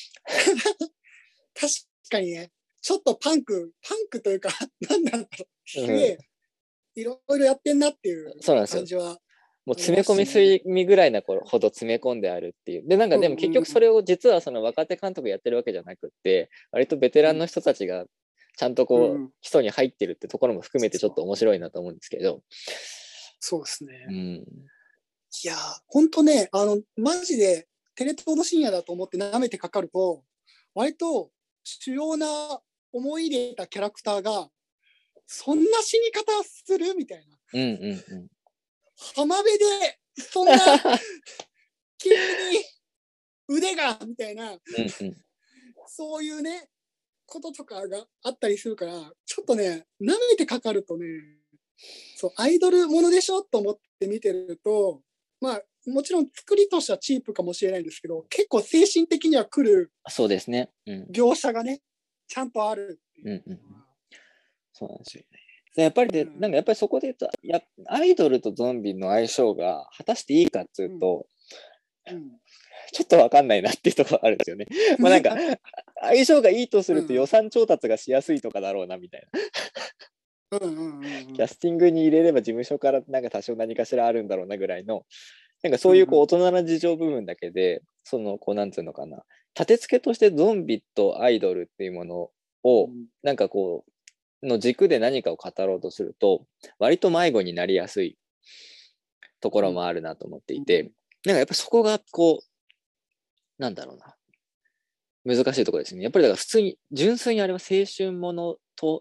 確かにね、ちょっとパンク、パンクというか、なんだろう、すげえ、いろいろやってんなっていう感じは、ね。 もう詰め込みすぎみぐらいなほど詰め込んであるっていう。で、なんかでも結局それを実はその若手監督がやってるわけじゃなくって、割とベテランの人たちがちゃんとこう、基礎に入ってるってところも含めてちょっと面白いなと思うんですけど。 そうですね。うん、いや、ほんとね、あの、マジでテレ東の深夜だと思って舐めてかかると、割と主要な思い入れたキャラクターがそんな死に方するみたいな、 うんうんうん、 浜辺でそんな急に腕がみたいな、うんうん、そういうねこととかがあったりするから、ちょっとね舐めてかかるとね、そうアイドルものでしょと思って見てると、まあもちろん作りとしてはチープかもしれないんですけど、結構精神的には来る、 そうですね、 うん、描写がねちゃんとあるっていう、うんうん、 そうなんですよね。やっぱりで、うん、なんかやっぱりそこで言うとやアイドルとゾンビの相性が果たしていいかっつうと、うんうん、ちょっと分かんないなっていうところあるんですよね。まあなんか相性がいいとすると予算調達がしやすいとかだろうなみたいな。うんうんうんうん、キャスティングに入れれば事務所からなんか多少何かしらあるんだろうなぐらいの、なんかそういうこう大人な事情部分だけで、そのこうなんつうのかな、立て付けとしてゾンビとアイドルっていうものをなんかこうの軸で何かを語ろうとすると割と迷子になりやすいところもあるなと思っていて、なんかやっぱそこがこうなんだろうな難しいところですね。やっぱりだから普通に純粋にあれは青春ものと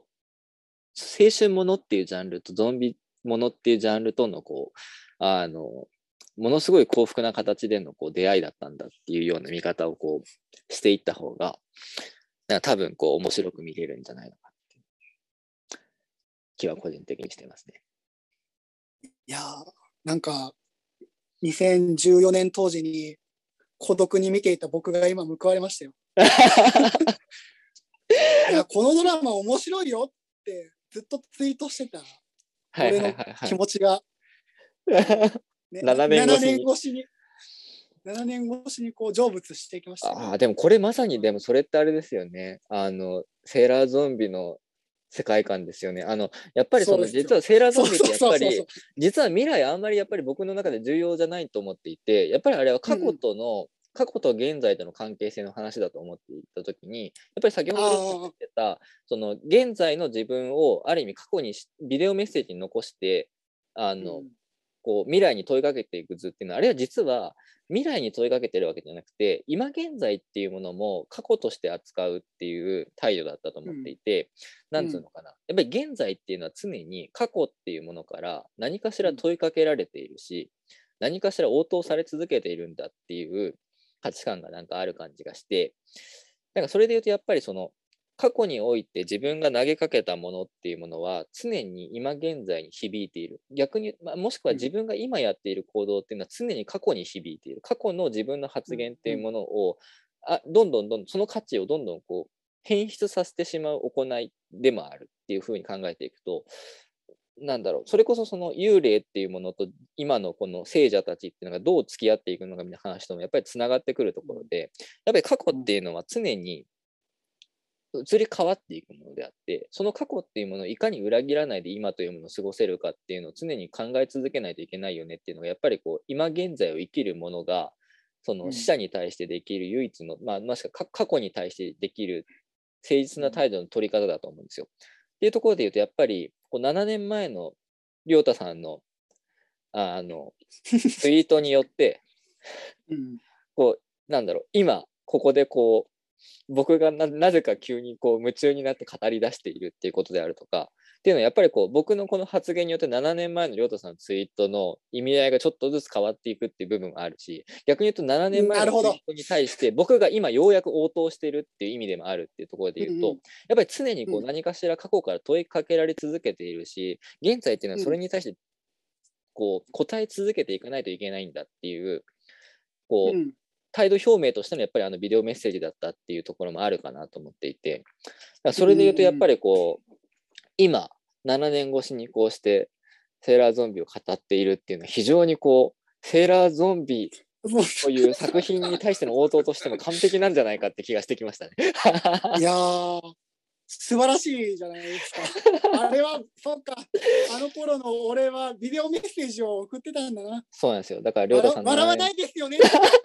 青春ものっていうジャンルとゾンビものっていうジャンルとのこうあのものすごい幸福な形でのこう出会いだったんだっていうような見方をこうしていった方が、なんか多分こう面白く見れるんじゃないのかっていう気は個人的にしてますね。 いやー、なんかにせんじゅうよねん当時に孤独に見ていた僕が今報われましたよ。いや、このドラマ面白いよってずっとツイートしてた俺の気持ちが、ね、ななねん越しにななねん越しにななねん越しにこう成仏していきました、ね。 ああ、でもこれまさにでもそれってあれですよね。あのセーラーゾンビの世界観ですよね。あのやっぱりその実はセーラーゾンビってやっぱり実は未来あんまりやっぱり僕の中で重要じゃないと思っていて、やっぱりあれは過去との、うん、過去と現在との関係性の話だと思っていたときに、やっぱり先ほど言ってたその現在の自分をある意味過去にビデオメッセージに残してあの、うん、こう未来に問いかけていく図っていうのは、あれは実は未来に問いかけてるわけじゃなくて、今現在っていうものも過去として扱うっていう態度だったと思っていて、うん、なんつうのかな、やっぱり現在っていうのは常に過去っていうものから何かしら問いかけられているし、何かしら応答され続けているんだっていう価値観がなんかある感じがして、なんかそれで言うとやっぱりその過去において自分が投げかけたものっていうものは常に今現在に響いている。逆に、まあ、もしくは自分が今やっている行動っていうのは常に過去に響いている。過去の自分の発言っていうものを、あどんどんどんどんその価値をどんどんこう変質させてしまう行いでもあるっていうふうに考えていくと、なんだろう、それこそその幽霊っていうものと今のこの聖者たちっていうのがどう付き合っていくのかみたいな話ともやっぱりつながってくるところで、やっぱり過去っていうのは常に移り変わっていくものであって、その過去っていうものをいかに裏切らないで今というものを過ごせるかっていうのを常に考え続けないといけないよねっていうのが、やっぱりこう今現在を生きるものがその死者に対してできる唯一の、まあ、もしくは過去に対してできる誠実な態度の取り方だと思うんですよ。っていうところで言うと、やっぱりこうななねんまえの亮太さんのあのツイートによって、こうなんだろう、今ここでこう僕が な, なぜか急にこう夢中になって語り出しているっていうことであるとかっていうのは、やっぱりこう僕のこの発言によってななねんまえの亮太さんのツイートの意味合いがちょっとずつ変わっていくっていう部分があるし、逆に言うとななねんまえのツイートに対して僕が今ようやく応答してるっていう意味でもあるっていうところで言うと、やっぱり常にこう何かしら過去から問いかけられ続けているし、現在っていうのはそれに対してこう答え続けていかないといけないんだっていうこう、態度表明としてのやっぱりあのビデオメッセージだったっていうところもあるかなと思っていて、それで言うとやっぱりこう今ななねん越しにこうしてセーラーゾンビを語っているっていうのは非常にこうセーラーゾンビという作品に対しての応答としても完璧なんじゃないかって気がしてきましたね。 いやー素晴らしいじゃないですか。あれはそうか、あの頃の俺はビデオメッセージを送ってたんだな。 そうなんですよ。だから亮太さん笑わないですよね。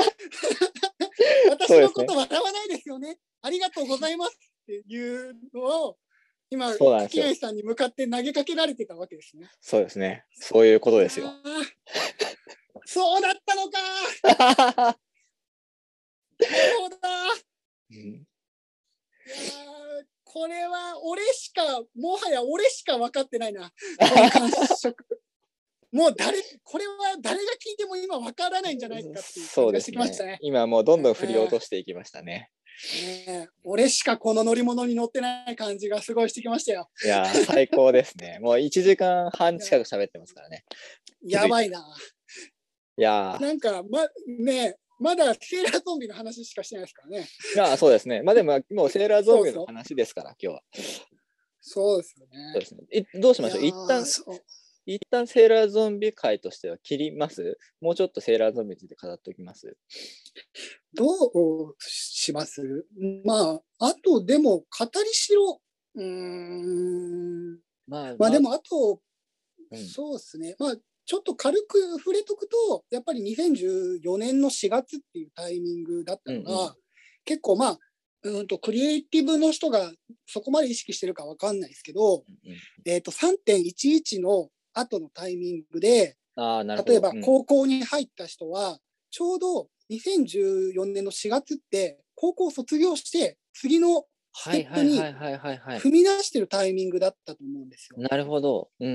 私のこと笑わないですよね。ありがとうございますっていうのを今木梨さんに向かって投げかけられてたわけですね。 そうですね。そういうことですよ。 そうだったのか。そうだ。うん、いやこれは俺しかもはや俺しか分かってないな。この感触。もう誰これは誰が聞いても今分からないんじゃないかっていう感じがしてきましたね。 今もうどんどん振り落としていきましたね。 ね俺しかこの乗り物に乗ってない感じがすごいしてきましたよ。 いや最高ですね。もういちじかんはん近く喋ってますからね。 やばいな。 いやなんかまねまだセーラーゾンビの話しかしてないですからね。 いやそうですね。まあでももうセーラーゾンビの話ですから今日は。 そうですよね。 そうですね。どうしましょう。一旦一旦セーラーゾンビ回としては切ります。もうちょっとセーラーゾンビについて語っておきます。 どうします？まああとでも語りしろ。うーん。まあ、まあ、でもあと、うん、そうですね。まあちょっと軽く触れとくと、やっぱりにせんじゅうよねんのしがつっていうタイミングだったのが、うんうん、結構まあうんとクリエイティブの人がそこまで意識してるかわかんないですけど、うんうん、えっと さんてんいちいち の後のタイミングで、あなるほど例えば高校に入った人は、うん、ちょうどにせんじゅうよねんのしがつって高校を卒業して次のステップに踏み出してるタイミングだったと思うんですよ。 なるほど。うん。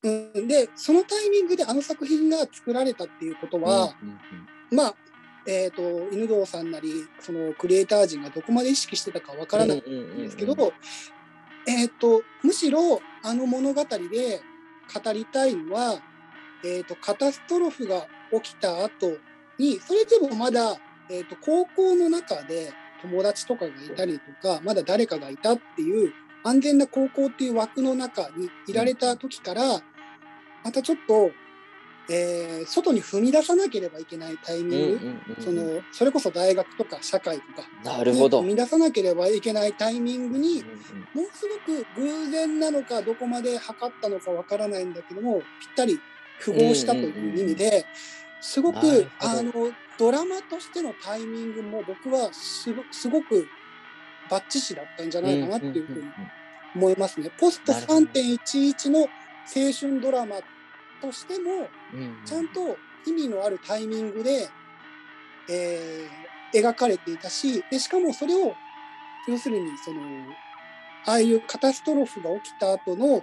うん、でそのタイミングであの作品が作られたっていうことは、 うんうんまあえー、と犬堂さんなりそのクリエイター陣がどこまで意識してたかわからないんですけど、 うんうんうんえー、とむしろあの物語で語りたいのは、えー、とカタストロフが起きた後にそれでもまだ、えー、と高校の中で友達とかがいたりとかまだ誰かがいたっていう安全な高校っていう枠の中にいられた時から、またちょっと、えー、外に踏み出さなければいけないタイミング、 うんうんうんうん、 そのそれこそ大学とか社会とかになるほど。 踏み出さなければいけないタイミングに、 うんうんもうすごく偶然なのかどこまで測ったのかわからないんだけどもぴったり符合したという意味で、すごくあのドラマとしてのタイミングも僕はすご、すごくバッチシだったんじゃないかなっていうふうに思いますね。ポスト さんてんいちいち の青春ドラマとしてもちゃんと意味のあるタイミングで、えー、描かれていたし、でしかもそれを要するにそのああいうカタストロフが起きた後の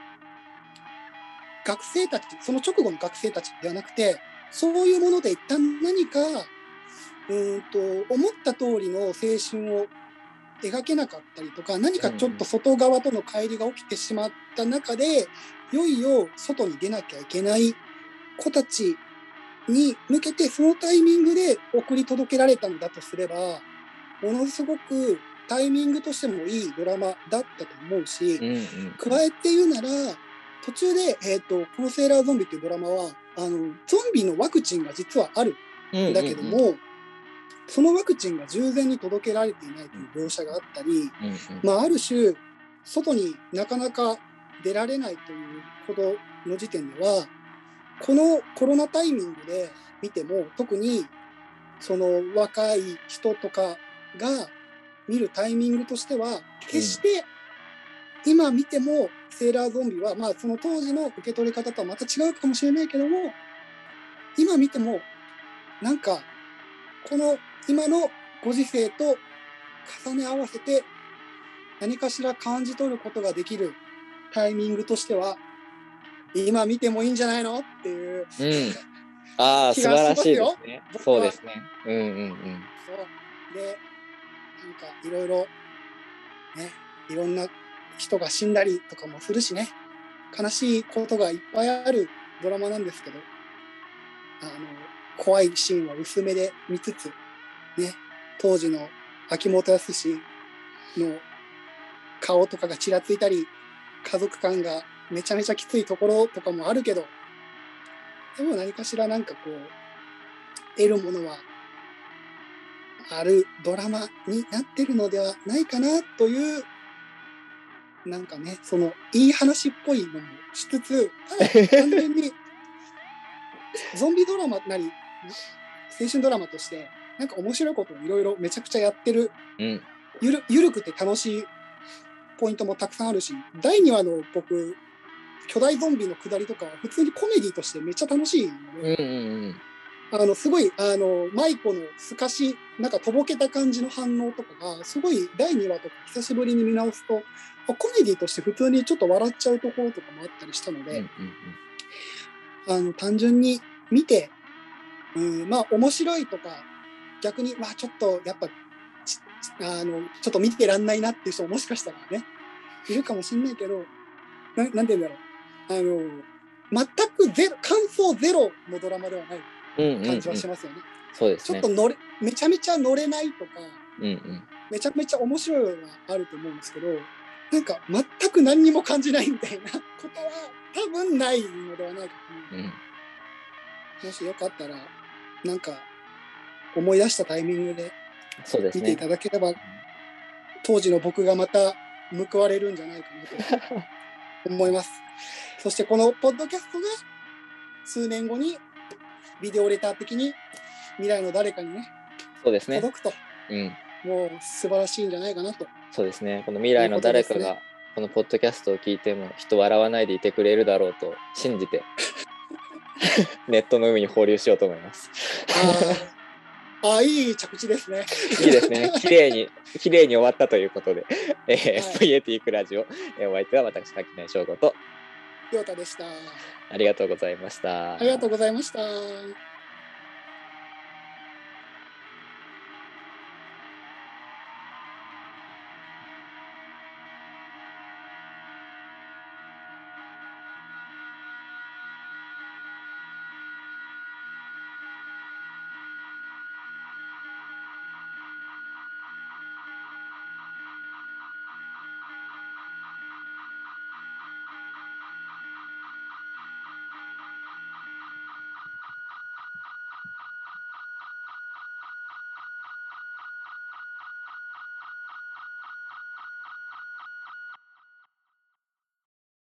学生たち、その直後の学生たちではなくて、そういうもので一旦何かうんと思った通りの青春を描けなかったりとか、何かちょっと外側との乖離が起きてしまった中で、いよいよ外に出なきゃいけない子たちに向けてそのタイミングで送り届けられたのだとすれば、ものすごくタイミングとしてもいいドラマだったと思うし、 うんうん、 加えて言うなら途中で、えーと、このセーラーゾンビっていうドラマはあのゾンビのワクチンが実はあるんだけども、うんうんうん、そのワクチンが従前に届けられていないという描写があったり、うんうんまあ、ある種外になかなか出られないというほどの時点ではこのコロナタイミングで見ても特にその若い人とかが見るタイミングとしては決して今見てもセーラーゾンビはまあその当時の受け取り方とはまた違うかもしれないけども今見てもなんかこの今のご時世と重ね合わせて何かしら感じ取ることができるタイミングとしては今見てもいいんじゃないのっていう、 うん、ああ素晴らしいですね。そうですね。うんうんうん。 そうでなんかいろいろねいろんな人が死んだりとかもするしね悲しいことがいっぱいあるドラマなんですけどあの怖いシーンは薄めで見つつね当時の秋元康の顔とかがちらついたり家族感がめちゃめちゃきついところとかもあるけどでも何かしらなんかこう得るものはあるドラマになってるのではないかなというなんかねそのいい話っぽいのもしつつただ単純にゾンビドラマなり青春ドラマとしてなんか面白いことをいろいろめちゃくちゃやってる、うん、ゆる、ゆるくて楽しいポイントもたくさんあるしだいにわの僕巨大ゾンビの下りとかは普通にコメディとしてめっちゃ楽しいので、うんうんうんあのすごいあのマイコのすかしなんかとぼけた感じの反応とかがすごいだいにわとか久しぶりに見直すとコメディとして普通にちょっと笑っちゃうところとかもあったりしたので、うんうんうん、あの単純に見て、うん、まあ面白いとか逆にまあちょっとやっぱあのちょっと見てらんないなっていう人ももしかしたらねいるかもしれないけど な, なんて言うんだろうあの全くゼロ感想ゼロのドラマではない感じはしますよね。うんうんうん、そうですね。ちょっと乗れめちゃめちゃ乗れないとか、うんうん、めちゃめちゃ面白いのがあると思うんですけどなんか全く何にも感じないみたいなことは多分ないのではないかと思う、うん、もしよかったらなんか思い出したタイミングで見ていただければ、ね、当時の僕がまた報われるんじゃないかなと思いますそしてこのポッドキャストが数年後にビデオレター的に未来の誰かにね、そうですね届くと、うん、もう素晴らしいんじゃないかなと。 そうですね。この未来の誰かがこのポッドキャストを聞いても人笑わないでいてくれるだろうと信じてネットの上に放流しようと思います。 ああ、いい着地ですね。 いいですね。綺麗に綺麗に終わったということで、えーはい、ブイエーティー クラジオ、えー、お相手は私柿内翔吾とりょうたでした。 ありがとうございました。 ありがとうございました。